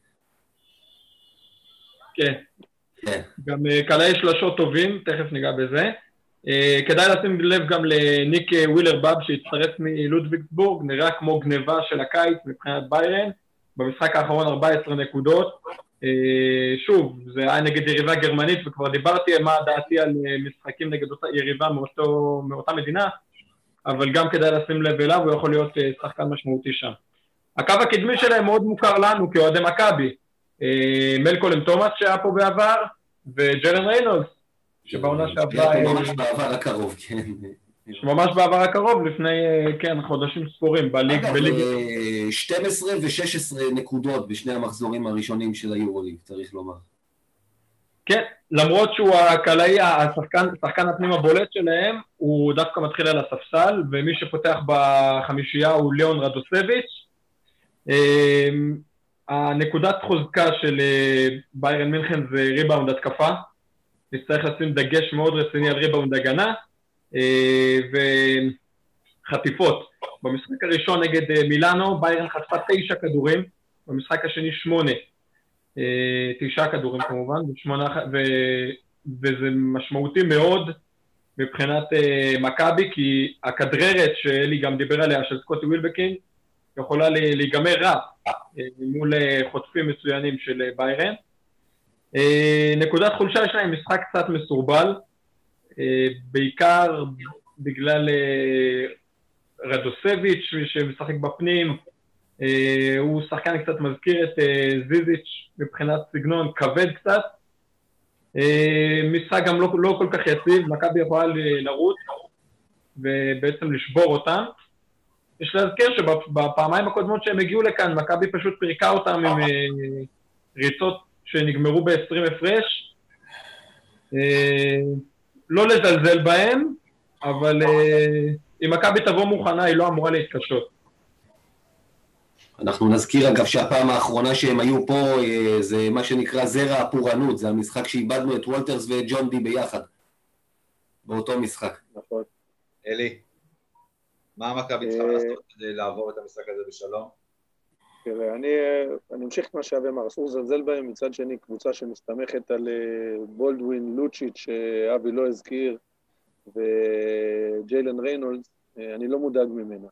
כן. גם קלעי שלשות טובים, תכף ניגע בזה. כדאי לשים לב גם לניק ווילר בב שהצטרף מלודוויגסבורג, נראה כמו גניבה של הקיץ מבחינת ביירן, במשחק האחרון 14 נקודות. שוב, זה היה נגד יריבה גרמנית, וכבר דיברתי מה דעתי על משחקים נגד אותה יריבה מאותה מדינה, אבל גם כדאי לשים לב אליו, הוא יכול להיות שחקן משמעותי שם. הקו הקדמי שלהם מאוד מוכר לנו כאוהדי מכבי, מלקולם תומאס שהיה פה בעבר, וג'רן ריינולדס, שבעונה שעברה... ממש בעבר הקרוב, כן. שממש בעבר הקרוב, לפני, כן, חודשים ספורים, בליג. אגב, 12 ו-16 נקודות בשני המחזורים הראשונים של היורוליג, צריך לומר. כן, למרות שהוא הקלעי, השחקן הפנים הבולט שלהם, הוא דווקא מתחיל על הספסל, ומי שפותח בחמישייה הוא ליאון רדוסביץ'. הנקודת חוזקה של ביירן מינכן זה ריבאונד התקפה, נצטרך לשים דגש מאוד רציני על ריבאונד הגנה, וחטיפות. במשחק הראשון נגד מילאנו, ביירן חטפה 9 כדורים, במשחק השני 8. 9 כדורים כמובן, וזה משמעותי מאוד מבחינת מכבי, כי הכדררת שאלי גם דיבר עליה של סקוטי ווילבקין, יכולה להיגמר רע מול חוטפים מצוינים של ביירן. נקודת חולשה יש להם משחק קצת מסורבל, בעיקר בגלל רדוסביץ' שמשחק בפנים, הוא שחקן קצת מזכיר את זיזיץ' מבחינת סגנון כבד קצת, משחק גם לא כל כך יציב, מכבי יכולה לרוץ ובעצם לשבור אותם. יש להזכיר שבפעמיים הקודמות שהם הגיעו לכאן, מכבי פשוט פריקה אותם עם ריצות שנגמרו ב-20 הפרש, לא לזלזל בהם, אבל אם מכבי תבוא מוכנה היא לא אמורה להתקשות. אנחנו נזכיר אגב שהפעם האחרונה שהם היו פה זה מה שנקרא זרע הפורענות, זה המשחק שאיבדנו את וולטרס וג'ון די ביחד, באותו משחק. נכון. אלי, מה מכבי צריכה לעשות כדי לעבור את המשחק הזה בשלום? תראה, אני אמשיך את מה שאבי אמר, אסור לזלזל בהם, מצד שני קבוצה שמסתמכת על בולדווין, לוצ'יץ' שאבי לא הזכיר, וג'יילן ריינולדס, אני לא מודאג ממנה.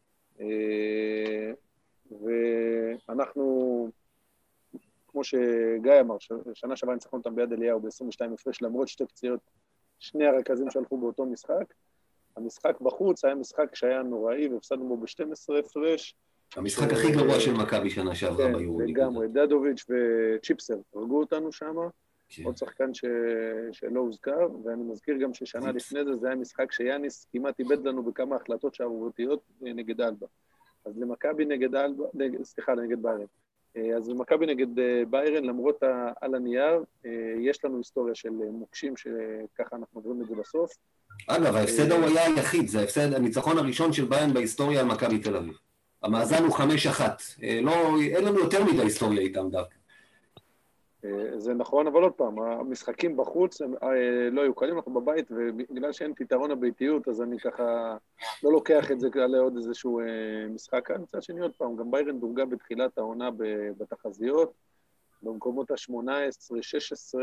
ואנחנו, כמו שגיא אמר, שנה שעברה ניצחנו אותם ביד אליהו ב-22 הפרש, למרות שתי פציעות, שני הרכזים שהלכו באותו משחק. המשחק בחוץ היה משחק שהיה נוראי, והפסדנו בו ב-12 הפרש. המשחק הכי גרוע של מכבי שנה שעברה ביורוליג. כן, לגמרי, דדוביץ' וצ'יפסר הרגו אותנו שם, עוד שחקן שלא הוזכר, ואני מזכיר גם ששנה לפני זה היה משחק שיאניס כמעט איבד לנו בכמה החלטות שערורתיות נגד אלבה. אז למכבי נגד אלבה, נגד ביירן. אז למכבי נגד ביירן, למרות על הנייר, יש לנו היסטוריה של מוקשים שככה אנחנו עוברים את זה בסוף. אגב, ההפסד הוא היה היחיד, זה ההפסד, הניצחון הראשון של ביירן בהיסטוריה על מכבי תל אביב. המאזן הוא 5-1. אין לנו יותר מדי היסטוריה איתם דווקא. זה נכון, אבל עוד פעם, המשחקים בחוץ לא היו קלים, אנחנו בבית, ובגלל שאין פתרון הביתיות, אז אני ככה לא לוקח את זה לעוד איזשהו משחק כאן. מצד שני, עוד פעם, גם ביירן דורגה בתחילת העונה בתחזיות, במקומות ה-18, 16,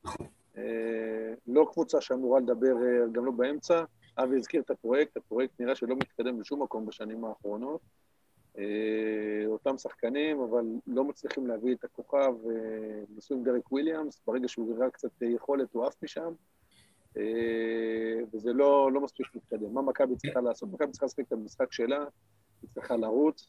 לא קבוצה שאמורה לדבר, גם לא באמצע. אבי הזכיר את הפרויקט נראה שלא מתקדם בשום מקום בשנים האחרונות. אותם שחקנים, אבל לא מצליחים להביא את הכוכב, ניסו עם דרק וויליאמס, ברגע שהוא הראה קצת יכולת הוא עף משם, וזה לא מספיק מתקדם. מה מכבי צריכה לעשות? מכבי צריכה לשחק את המשחק שלה, היא צריכה לרוץ.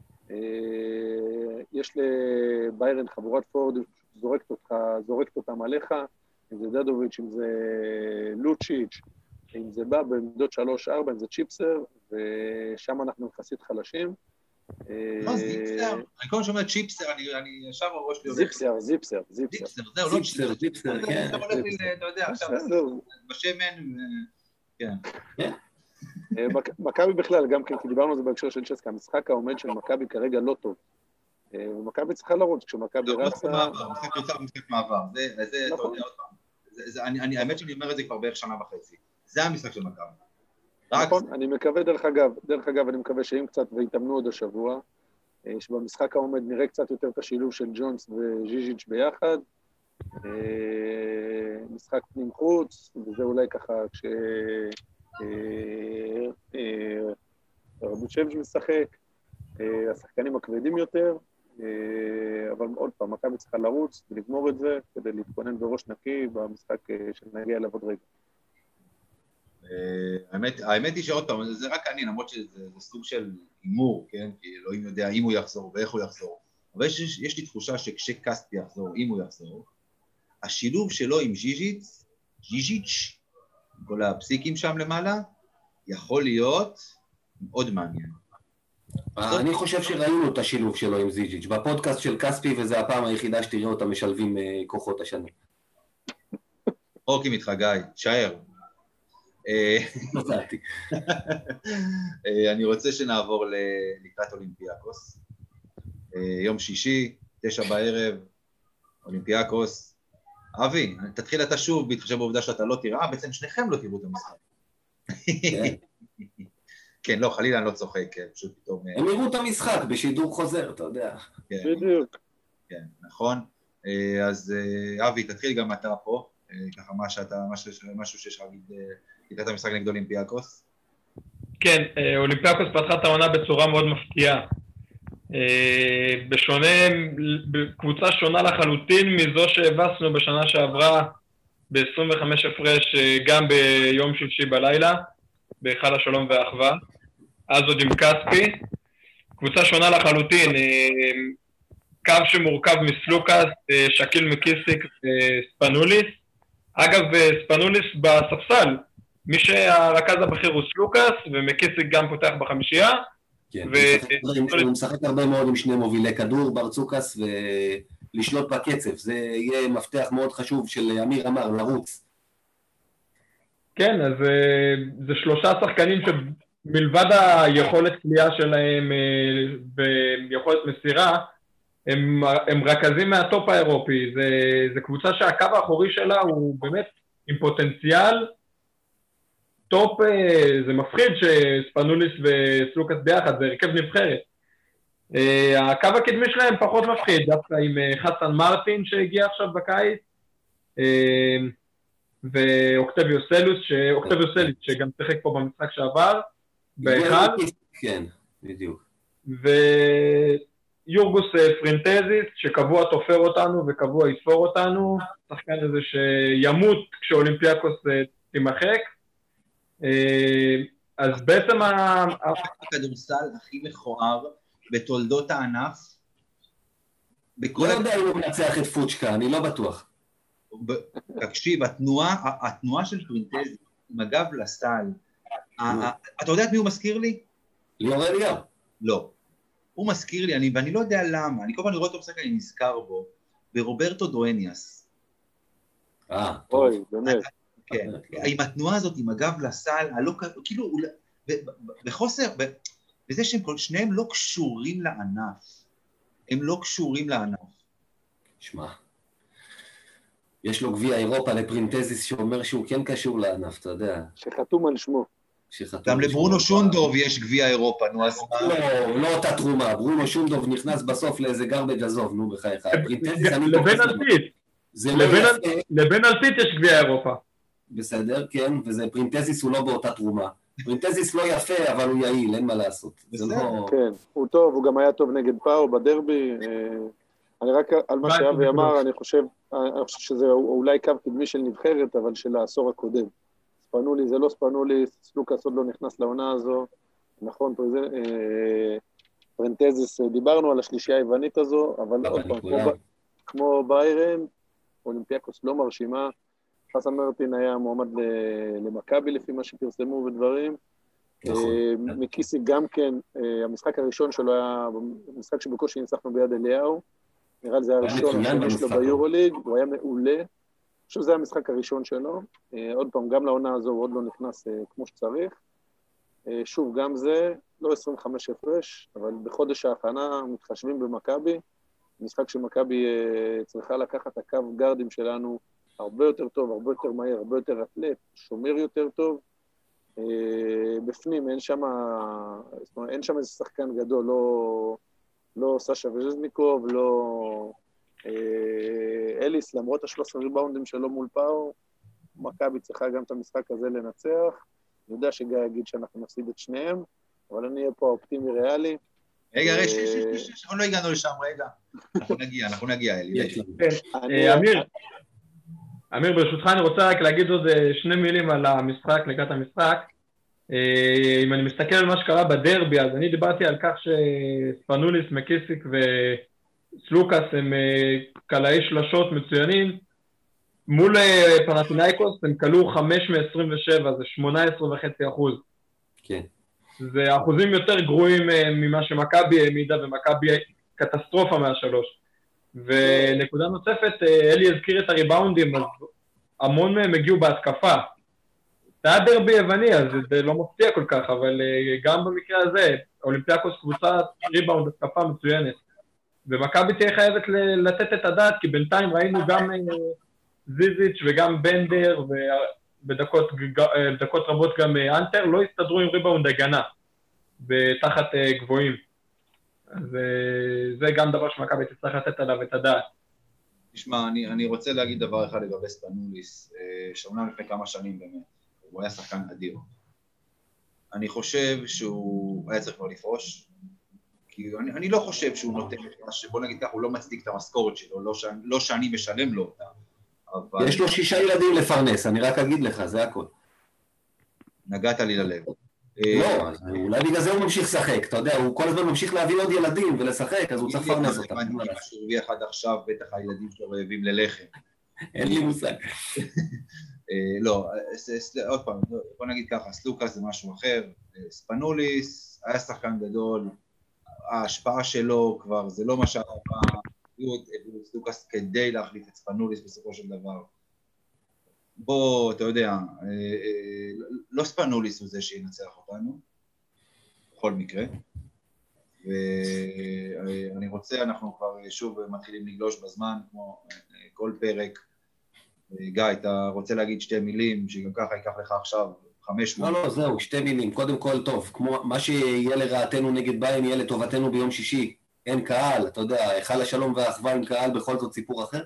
יש לביירן חבורת פורד, זורקת אותם עליך, אם זה דדוביץ', אם זה לוצ'יץ', אם זה בא בעמדות 3-4, אם זה צ'יפסר, ושם אנחנו יחסית חלשים. לא, זיפסר, אני קודם שומע צ'יפסר, אני ישר הראש לי... זיפסר, זהו, לא צ'יפסר, כן. אתה הולך לי, אתה יודע, עכשיו בשמן, כן. מכבי בכלל, גם כי דיברנו על זה בהקשר של צ'סקה, המשחק העומד של מכבי כרגע לא טוב. ומכבי צריכה לרוץ, כשמכבי רצה... משחק יוצר ומשחק מעבר, זה, אתה יודע עוד פעם. האמת שאני אומר את זה כבר בערך שנה וחצי. זה המשחק של מכבי. נכון, אני מקווה דרך אגב, אני מקווה שאם קצת ויתאמנו עוד השבוע, שבמשחק העומד נראה קצת יותר את השילוב של ג'ונס וז'יז'יץ' ביחד, משחק פנים חוץ, וזה אולי ככה כשרבוצ'ביץ' משחק, השחקנים הכבדים יותר, אבל עוד פעם, מכבי צריכה לרוץ ולגמור את זה, כדי להתכונן בראש נקי במשחק שנגיע אליו עוד רגע. האמת היא שעוד פעם, זה רק אני, למרות שזה סוג של הימור, כן? כי אלוהים יודע אם הוא יחזור ואיך הוא יחזור. אבל יש לי תחושה שכשקסטי יחזור, אם הוא יחזור, השילוב שלו עם ז'יז'יץ', כל הפסיקים שם למעלה, יכול להיות מאוד מעניין. אני חושב שראינו את השילוב שלו עם זיג'יץ' בפודקאסט של כספי, וזו הפעם היחידה שתראה אותם משלבים כוחות השנה. אוקיי איתך, גיא, תשאר. אני רוצה שנעבור לקראת אולימפיאקוס. יום שישי, 9 בערב, אולימפיאקוס. אבי, תתחיל אתה שוב, בהתחשב בעובדה שאתה לא תראה, בעצם שניכם לא תראו את המשחק. כן, לא, חלילה אני לא צוחק, פשוט פתאום... הם יראו את המשחק בשידור חוזר, אתה יודע. בדיוק. כן, נכון. אז אבי, תתחיל גם אתה פה, ככה משהו שיש לך להגיד לקראת המשחק נגד אולימפיאקוס. כן, אולימפיאקוס פתחה את העונה בצורה מאוד מפתיעה. בשונה, בקבוצה שונה לחלוטין מזו שהבסנו בשנה שעברה ב-25 הפרש גם ביום שישי בלילה, בהיכל השלום והאחווה, אז עוד עם כספי. קבוצה שונה לחלוטין, קו שמורכב מסלוקס, שקיל מקיסיק וספנוליס. אגב, ספנוליס בספסל, מי שהרכז הבכיר הוא סלוקס, ומקיסיק גם פותח בחמישייה. כן, הוא משחק הרבה מאוד עם שני מובילי כדור, ברצוקס, ולשלוט בקצב. זה יהיה מפתח מאוד חשוב של אמיר אמר, לרוץ. כן, אז זה 3 שחקנים שמלבד היכולת קליעה שלהם ויכולת מסירה, הם רכזים מהטופ האירופי. זה קבוצה שהקו האחורי שלה הוא באמת עם פוטנציאל טופ. זה מפחיד שספנוליס וסלוקס ביחד, זה הרכב נבחרת. הקו הקדמי שלהם פחות מפחיד, דווקא עם חסן מרטין שהגיע עכשיו בקיץ, ואוקטביו סליס שגם שיחק פה במשחק שעבר, באחד. כן, בדיוק. ויורגוס פרינטזיס, שקבוע תופר אותנו וקבוע יתפור אותנו, שחקן הזה שימות כשאולימפיאקוס תימחק. אז בעצם הכדורסל הכי מכוער בתולדות הענף. לא יודע אם הוא מנצח את פוצ'קה, אני לא בטוח. תקשיב, התנועה של פרינטזי עם הגב לסל, אתה יודע את מי הוא מזכיר לי? ליאור אליהו. לא. הוא מזכיר לי, ואני לא יודע למה, אני כל פעם לראות אותו משחק, אני נזכר בו, ברוברטו דואניאס. אוי, באמת. כן, עם התנועה הזאת, עם הגב לסל, כאילו, בחוסר, בזה ששניהם לא קשורים לענף. הם לא קשורים לענף. שמע, יש לו גביע אירופה לפרינטזיס שאומר שהוא כן קשור לענף, אתה יודע. שחתום על שמו. גם לברונו שונדוב יש גביע אירופה, נו אז מה? לא אותה תרומה, ברונו שונדוב נכנס בסוף לאיזה גרבג' עזוב, נו בחייך. לבן אלפית יש גביע אירופה. בסדר, כן, וזה פרינטזיס הוא לא באותה תרומה. פרינטזיס לא יפה, אבל הוא יעיל, אין מה לעשות. כן, הוא טוב, הוא גם היה טוב נגד פאו בדרבי. אני רק על מה שאבי אמר, אני חושב שזה אולי קו קדמי של נבחרת, אבל של העשור הקודם. ספנולי זה לא ספנולי, סלוקס עוד לא נכנס לעונה הזו. נכון, פרינטזיס, דיברנו על השלישייה היוונית הזו, אבל עוד פעם, כמו ביירן, אולימפיאקוס לא מרשימה, חסן מרטין היה מועמד למכבי לפי מה שפרסמו בדברים. מקיסיק גם כן, המשחק הראשון שלו היה משחק שבקושי ניצחנו ביד אליהו, נראה לי זה הראשון שלו ביורוליג, הוא היה מעולה, אני חושב שזה המשחק הראשון שלו, עוד פעם, גם לעונה הזו הוא עוד לא נכנס כמו שצריך, שוב, גם זה, לא 25 הפרש, אבל בחודש ההכנה מתחשבים במכבי, משחק שמכבי צריכה לקחת את הקו גרדים שלנו, הרבה יותר טוב, הרבה יותר מהיר, הרבה יותר אטלט, שומר יותר טוב. בפנים אין שם איזה שחקן גדול, לא סשה וז'זניקוב, לא אליס, למרות ה-13 ריבאונדים שלו מול פאו, מכבי צריכה גם את המשחק הזה לנצח. אני יודע שגיא יגיד שאנחנו נפסיד את שניהם, אבל אני אהיה פה אופטימי ריאלי. רגע, אנחנו לא הגענו לשם, רגע. אנחנו נגיע, אלי. אמיר, ברשותך אני רוצה רק להגיד עוד 2 מילים על המשחק, לקראת המשחק. אם אני מסתכל על מה שקרה בדרבי, אז אני דיברתי על כך שספנוליס, מקיסיק וסלוקס הם קלעי שלשות מצוינים. מול פנתינייקוס הם קלעו 5 מ-27, זה 18.5%. כן. זה אחוזים יותר גרועים ממה שמכבי העמידה, ומכבי קטסטרופה מהשלוש. ונקודה נוספת, אלי הזכיר את הריבאונדים, אז המון מהם הגיעו בהתקפה. זה היה דרבי יווני, אז זה לא מפתיע כל כך, אבל גם במקרה הזה, אולימפיאקוס קבוצה ריבאונד התקפה מצוינת. ומכבי תהיה חייבת לתת את הדעת, כי בינתיים ראינו גם זיזיץ' וגם בנדר, ובדקות רבות גם אנטר, לא הסתדרו עם ריבאונד הגנה, בתחת גבוהים. אז זה גם דבר שמכבי תצטרך לתת עליו את הדעת. תשמע, אני רוצה להגיד דבר אחד לגבי ספנוליס, שאומנם לפני כמה שנים באמת, הוא היה שחקן אדיר. אני חושב שהוא היה צריך כבר לפרוש, כי אני לא חושב שהוא נותן, בוא נגיד כך, הוא לא מצדיק את המשכורת שלו, לא שאני משלם לו אותה. אבל... יש לו 6 ילדים לפרנס, אני רק אגיד לך, זה הכל. נגעת לי ללב. לא, אולי בגלל זה הוא ממשיך לשחק, אתה יודע, הוא כל הזמן ממשיך להביא עוד ילדים ולשחק, אז הוא צריך לפרנס אותם. מה שהוא הרוויח עד עכשיו, בטח הילדים שלו רעבים ללחם. אין לי מושג. לא, עוד פעם, בוא נגיד ככה, סלוקאס זה משהו אחר, ספנוליס היה שחקן גדול, ההשפעה שלו כבר, זה לא מה שהיה פעם, סלוקאס כדי להחליף את ספנוליס בסופו של דבר. בוא, אתה יודע, לא ספנוליס הוא זה שינצח אותנו, בכל מקרה, ואני רוצה, אנחנו כבר שוב מתחילים לגלוש בזמן, כמו כל פרק. גיא, אתה רוצה להגיד 2 מילים, שגם ככה ייקח לך עכשיו 5 מילים? לא, זהו, 2 מילים. קודם כל, טוב, כמו מה שיהיה לרעתנו נגד ביין, יהיה לטובתנו ביום שישי. אין קהל, אתה יודע, היכל השלום והאחווה עם קהל, בכל זאת סיפור אחר.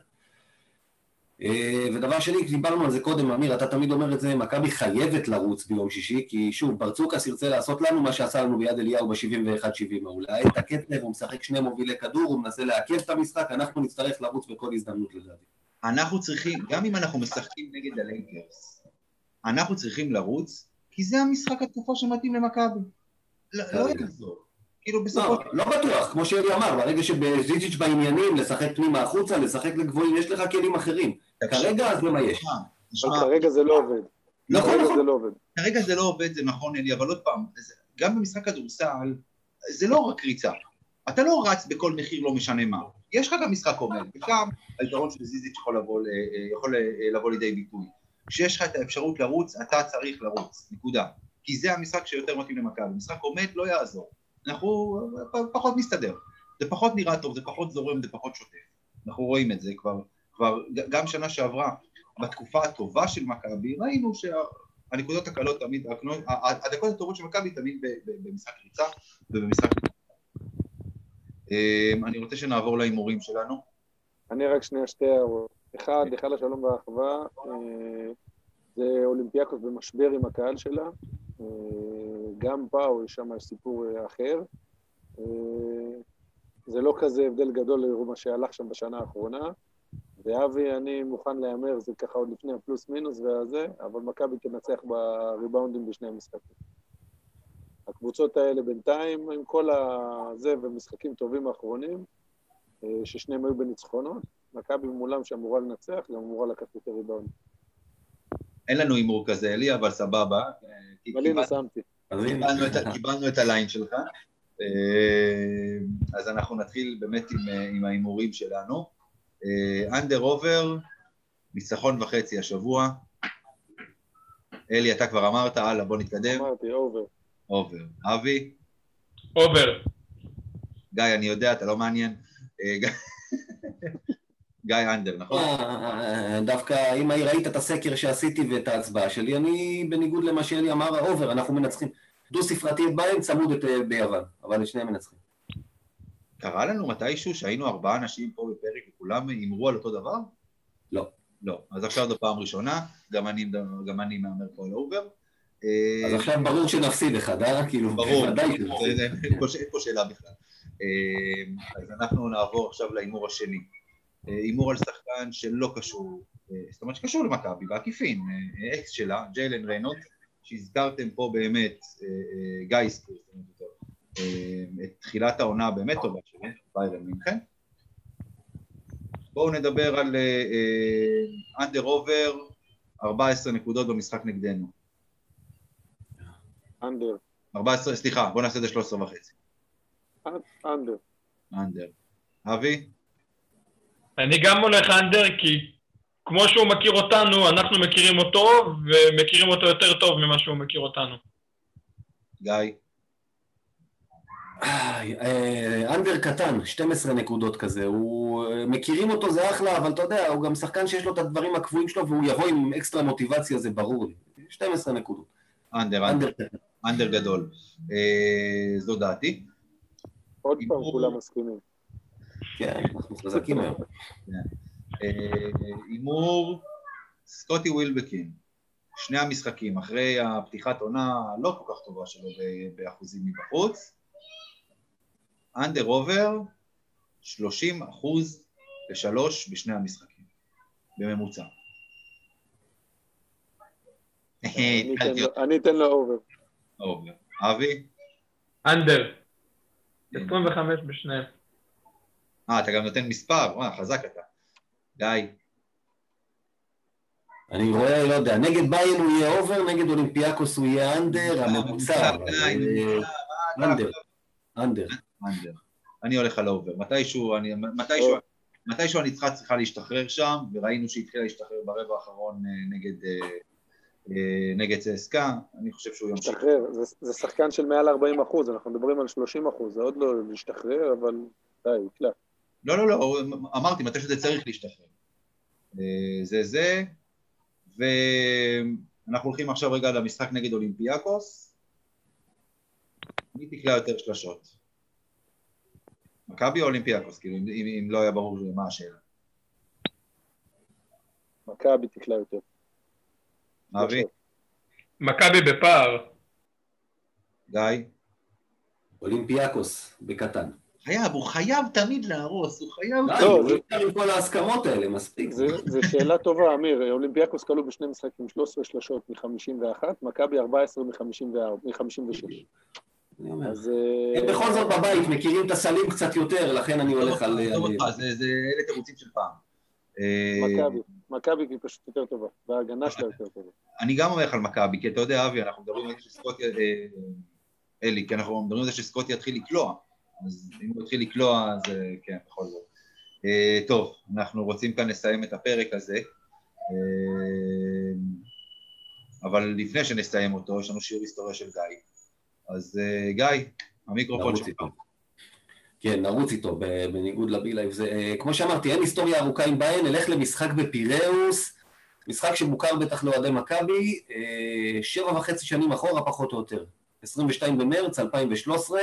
ודבר שני, דיברנו על זה קודם, אמיר, אתה תמיד אומר את זה, מכבי חייבת לרוץ ביום שישי, כי שוב, ברצוקס ירצה לעשות לנו מה שעשה לנו ביד אליהו ב-71-70, אולי את הקטלב, הוא משחק 2 מובילי כדור, הוא מנסה לעכב את המשחק, אנחנו נצטרך לרוץ בכל הזדמנות לדעתי. אנחנו צריכים, גם אם אנחנו משחקים נגד הלייקרס, אנחנו צריכים לרוץ, כי זה המשחק התקופה שמתאים למכבי. לא יחזור. כאילו בסופו... לא בטוח, כמו שאלי אמר, ברגע שבזיזיץ' בעניינים, לשחק פנימה החוצה, לשחק לגבוהים, יש לך כלים אחרים. כרגע אז למה יש? כרגע זה לא עובד. כרגע זה לא עובד, זה נכון אלי, אבל עוד פעם, גם במשחק כדורסל, זה לא רק ריצה. אתה לא רץ בכל מחיר לא משנה מה. יש לך גם משחק עומד, וגם היתרון של זיזיץ' יכול לבוא לידי ביטוי. כשיש לך את האפשרות לרוץ, אתה צריך לרוץ, נקודה. כי זה המשחק שיותר מתאים למכבי. משחק עומד לא יעזור. אנחנו פחות מסתדר. זה פחות נראה טוב, זה פחות זורם, זה פחות שוטף. אנחנו רואים את זה כבר גם שנה שעברה, בתקופה הטובה של מכבי, ראינו שהנקודות הקלות תמיד, הדקות הטובות של מכבי תמיד במשחק ריצה ובמשחק... אני רוצה שנעבור להימורים שלנו. אני רק שתי הערות. אחד, היכל השלום והאחווה, זה אולימפיאקוס במשבר עם הקהל שלה. גם פאו, יש שם סיפור אחר. זה לא כזה הבדל גדול למה שהלך שם בשנה האחרונה. ואבי, אני מוכן להיאמר, זה ככה עוד לפני הפלוס מינוס והזה, אבל מכבי תנצח בריבאונדים בשני המשחקים. הקבוצות האלה בינתיים, עם כל הזה ומשחקים טובים האחרונים, ששניהם היו בניצחונות, מכבי מולם שאמורה לנצח, גם אמורה לקחת יותר ריבאונדים. אין לנו אימור כזה, אלי, אבל סבבה. אבל הנה שמתי. קיבלנו את הליין שלך. אז אנחנו נתחיל באמת עם האימורים שלנו. אנדר אובר, ניצחון וחצי השבוע. אלי, אתה כבר אמרת, הלאה, בוא נתקדם. אמרתי, אובר. אובר. אבי? אובר. גיא, אני יודע, אתה לא מעניין. גיא אנדר, נכון? דווקא אם ראית את הסקר שעשיתי ואת ההצבעה שלי, אני בניגוד למה שאלי אמר, אובר, אנחנו מנצחים. דו ספרתי את ביין, צמוד את ביוון, אבל שניהם מנצחים. קרה לנו מתישהו שהיינו 4 אנשים פה בפרק וכולם אמרו על אותו דבר? לא. לא, אז עכשיו זו פעם ראשונה, גם אני מאמר פה על אובר. אז עכשיו ברור שנפסיד אחד, כאילו, ברור, אין פה שאלה בכלל. אז אנחנו נעבור עכשיו לאימור השני. אימור על שחקן שלא קשור, זאת אומרת שקשור למכבי, בעקיפין, אקס שלה, ג'יילן ריינולדס, שהזכרתם פה באמת, גיא הזכיר, את תחילת העונה באמת טובה שלו, ביירן מינכן. בואו נדבר על אנדר אובר, 14 נקודות במשחק נגדנו. אנדר. 14, סליחה, בוא נעשה את זה 13.5. אנדר. אבי? אני גם הולך אנדר, כי כמו שהוא מכיר אותנו, אנחנו מכירים אותו, ומכירים אותו יותר טוב ממה שהוא מכיר אותנו. גיא? אנדר קטן, 12 נקודות כזה, מכירים אותו זה אחלה, אבל אתה יודע, הוא גם שחקן שיש לו את הדברים הקבועים שלו, והוא יבוא עם אקסטרה מוטיבציה, זה ברור לי. 12 נקודות. אנדר גדול. זו דעתי. עוד פעם כולם מסכימים. כן, אנחנו חזקים היום. אימור, סקוטי ווילבקין, שני המשחקים, אחרי הפתיחת עונה לא כל כך טובה שלו באחוזים מבחוץ, אנדר עובר 30% ל3 בשני המשחקים, בממוצע. אני אתן לו עובר. אבי? אנדר. 25 בשניהם. אתה גם נותן מספר, חזק אתה. גיא. אני רואה, לא יודע, נגד ביין הוא יהיה אובר, נגד אולימפיאקוס הוא יהיה אנדר, הממוצע. אנדר. אני הולך על אובר. מתישהו הנצחה צריכה להשתחרר שם, וראינו שהתחילה להשתחרר ברבע האחרון נגד CSKA, אני חושב שהוא ימשיך. להשתחרר, זה שחקן של מעל 40%, אנחנו מדברים על 30%, זה עוד לא להשתחרר, אבל די, יקלע. לא, אמרתי, מתי שזה צריך להשתחרר. זה, ואנחנו הולכים עכשיו רגע למשחק נגד אולימפיאקוס, מי תקלע יותר שלשות? מכבי או אולימפיאקוס, כאילו, אם לא היה ברור מה השאלה. מכבי תקלע יותר. אבי? מכבי בפער. גיא? אולימפיאקוס, בקטן. הוא חייב תמיד להרוס, הוא חייב... לא, זה עם כל ההסכמות האלה, מספיק. זה שאלה טובה, אמיר. אולימפיאקוס קלו בשני משחקים 13 שלשות מ-51, מכבי 14 מ-56. הם בכל זאת בבית, מכירים את הסלים קצת יותר, לכן אני הולך על... זה אלה תירוצים של פעם. מכבי היא פשוט יותר טובה, וההגנה שלה יותר טובה. אני גם אומר על מכבי, כי אתה יודע, אבי, אנחנו מדברים על זה שסקוטי... אלי, כי אנחנו מדברים על זה שסקוטי יתחיל לקלוע. אז אם הוא יתחיל לקלוע, אז כן, בכל זאת. טוב, אנחנו רוצים כאן לסיים את הפרק הזה, אבל לפני שנסיים אותו, יש לנו שיעור היסטוריה של גיא. אז גיא, המיקרופון שלך. כן, נרוץ איתו, בניגוד לבי-לייב. כמו שאמרתי, אין היסטוריה ארוכה עם ביין, נלך למשחק בפיראוס, משחק שמוכר בטח לאוהדי מכבי, 7.5 שנים אחורה, פחות או יותר. 22 במרץ 2013,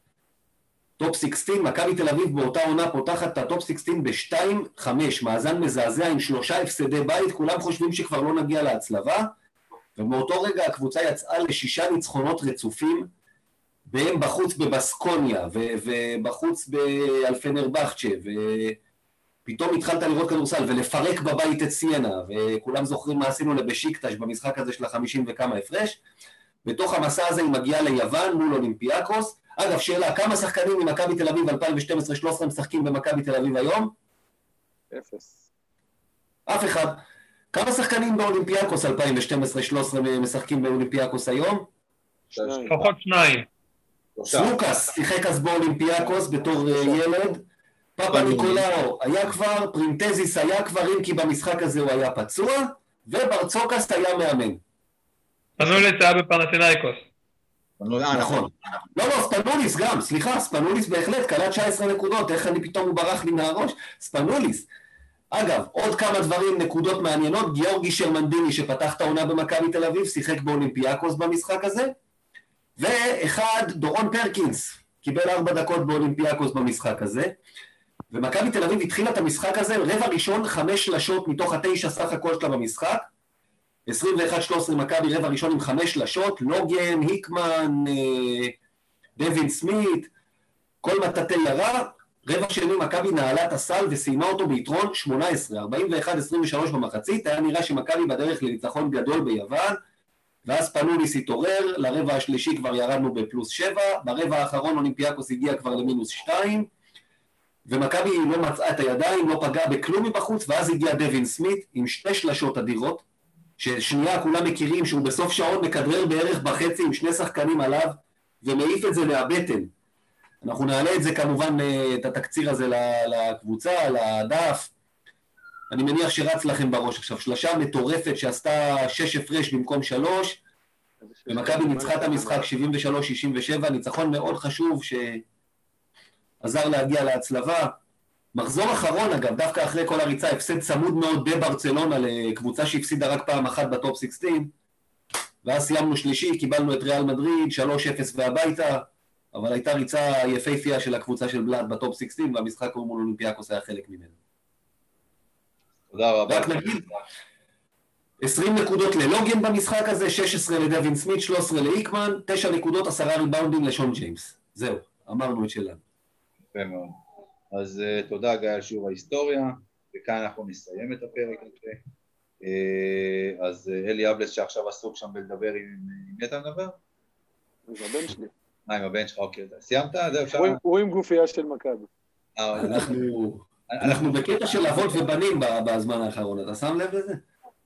טופ 16, מכבי תל אביב באותה עונה פותחת את הטופ 16 ב-2-5, מאזן מזעזע עם 3 הפסדי בית, כולם חושבים שכבר לא נגיע להצלבה, ומאותו רגע הקבוצה יצאה ל6 ניצחונות רצופים, בהם בחוץ בבסקוניה, ובחוץ באלפנרבחצ'ה, ופתאום התחלת לראות כדורסל, ולפרק בבית את סיינה, וכולם זוכרים מה עשינו לבשיקטש במשחק הזה של 50 וכמה הפרש, בתוך המסע הזה היא מגיעה ליוון מול אולימפיאקוס. אגב, שאלה, כמה שחקנים ממכבי תל אביב 2012-2013 משחקים במכבי תל אביב היום? 0. אף אחד. כמה שחקנים באולימפיאקוס 2012-2013 משחקים באולימפיאקוס היום? 2. לפחות 2. סלוקס שיחק אז באולימפיאקוס בתור ילד, פאפה ניקולאו היה כבר, פרינטזיס היה כבר, אם כי במשחק הזה הוא היה פצוע, וברצוקס היה מאמן. ספנוליס היה בפנתינייקוס. נכון. לא, ספנוליס גם, סליחה, ספנוליס בהחלט, קלט 19 נקודות, איך אני פתאום הוא ברח לי מהראש? ספנוליס. אגב, עוד כמה דברים, נקודות מעניינות, גיאורגי שרמנדיני שפתח את העונה במכבי תל אביב, שיחק באולימפיאקוס במשחק הזה, ואחד, דורון פרקינס, קיבל 4 דקות באולימפיאקוס במשחק הזה, ומכבי תל אביב התחילה את המשחק הזה, רבע ראשון 5 שלשות מתוך 9 סך הכל שלה במשחק, 21-13 מכבי רבע ראשון עם 5 שלשות, לוגן, היקמן, דווין סמית, כל מטאטי ירה, רבע שני מכבי נעלה את הסל וסיימה אותו ביתרון 18, 41-23 במחצית, היה נראה שמכבי בדרך לניצחון גדול ביוון, ואז פנוליס התעורר, לרבע השלישי כבר ירדנו בפלוס 7, ברבע האחרון אולימפיאקוס הגיע כבר למינוס 2, ומכבי לא מצאה את הידיים, לא פגעה בכלום מבחוץ, ואז הגיע דווין סמית עם 2 שלשות אדירות, ששנייה כולם מכירים שהוא בסוף שעון מכדרר בערך בחצי עם 2 שחקנים עליו, ומעיף את זה מהבטן. אנחנו נעלה את זה כמובן, את התקציר הזה לקבוצה, לדף. אני מניח שרץ לכם בראש עכשיו, שלשה מטורפת שעשתה 6 הפרש במקום 3, ומכבי ניצחה את המשחק 73-67, ניצחון מאוד חשוב שעזר להגיע להצלבה. מחזור אחרון אגב, דווקא אחרי כל הריצה, הפסד צמוד מאוד בברצלונה לקבוצה שהפסידה רק פעם אחת בטופ 16, ואז סיימנו שלישי, קיבלנו את ריאל מדריד, 3-0 והביתה, אבל הייתה ריצה יפהפייה של הקבוצה של בלאד בטופ 16, והמשחק מול אולימפיאקוס היה חלק ממנו. תודה רבה. רק נגיד, 20 נקודות ללוגן במשחק הזה, 16 לדווין סמית, 13 לאיקמן, 9 נקודות, 10 ריבאונדים לשון ג'יימס. זהו, אמרנו את שלנו. יפה מאוד. אז תודה גיא על שיעור ההיסטוריה, וכאן אנחנו נסיים את הפרק הזה. אז אלי אבלס שעכשיו עסוק שם בלדבר עם מי אתה מדבר? עם הבן שלי. עם הבן שלך, אוקיי. סיימת? הוא עם גופייה של מכבי. אנחנו בקטע של אבות ובנים בזמן האחרון, אתה שם לב לזה?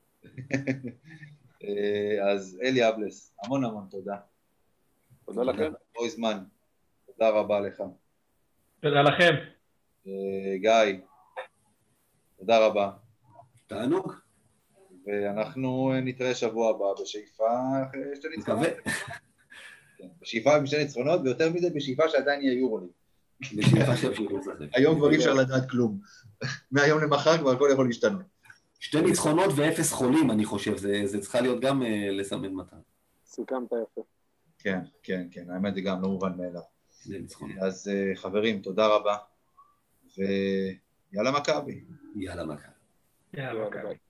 אז אלי אבלס, המון המון תודה. תודה לכם. בואי זמן, תודה רבה לך. תודה לכם. גיא, תודה רבה. תענוג. ואנחנו נתראה שבוע הבא בשאיפה שתי ניצחונות. בשאיפה עם 2 ניצחונות, ויותר מזה בשאיפה שעדיין יהיה יורוליג. בשאיפה שימשיכו לשחק. היום כבר אי אפשר לדעת כלום. מהיום למחר כבר הכל יכול להשתנות. 2 ניצחונות ו0 חולים, אני חושב, זה צריכה להיות גם לסמן מטה. סיכמת יפה. כן, כן, כן, האמת זה גם לא מובן מאליו. ניצחונות. אז חברים, תודה רבה, ויאללה מכבי. יאללה מכבי. יאללה מכבי.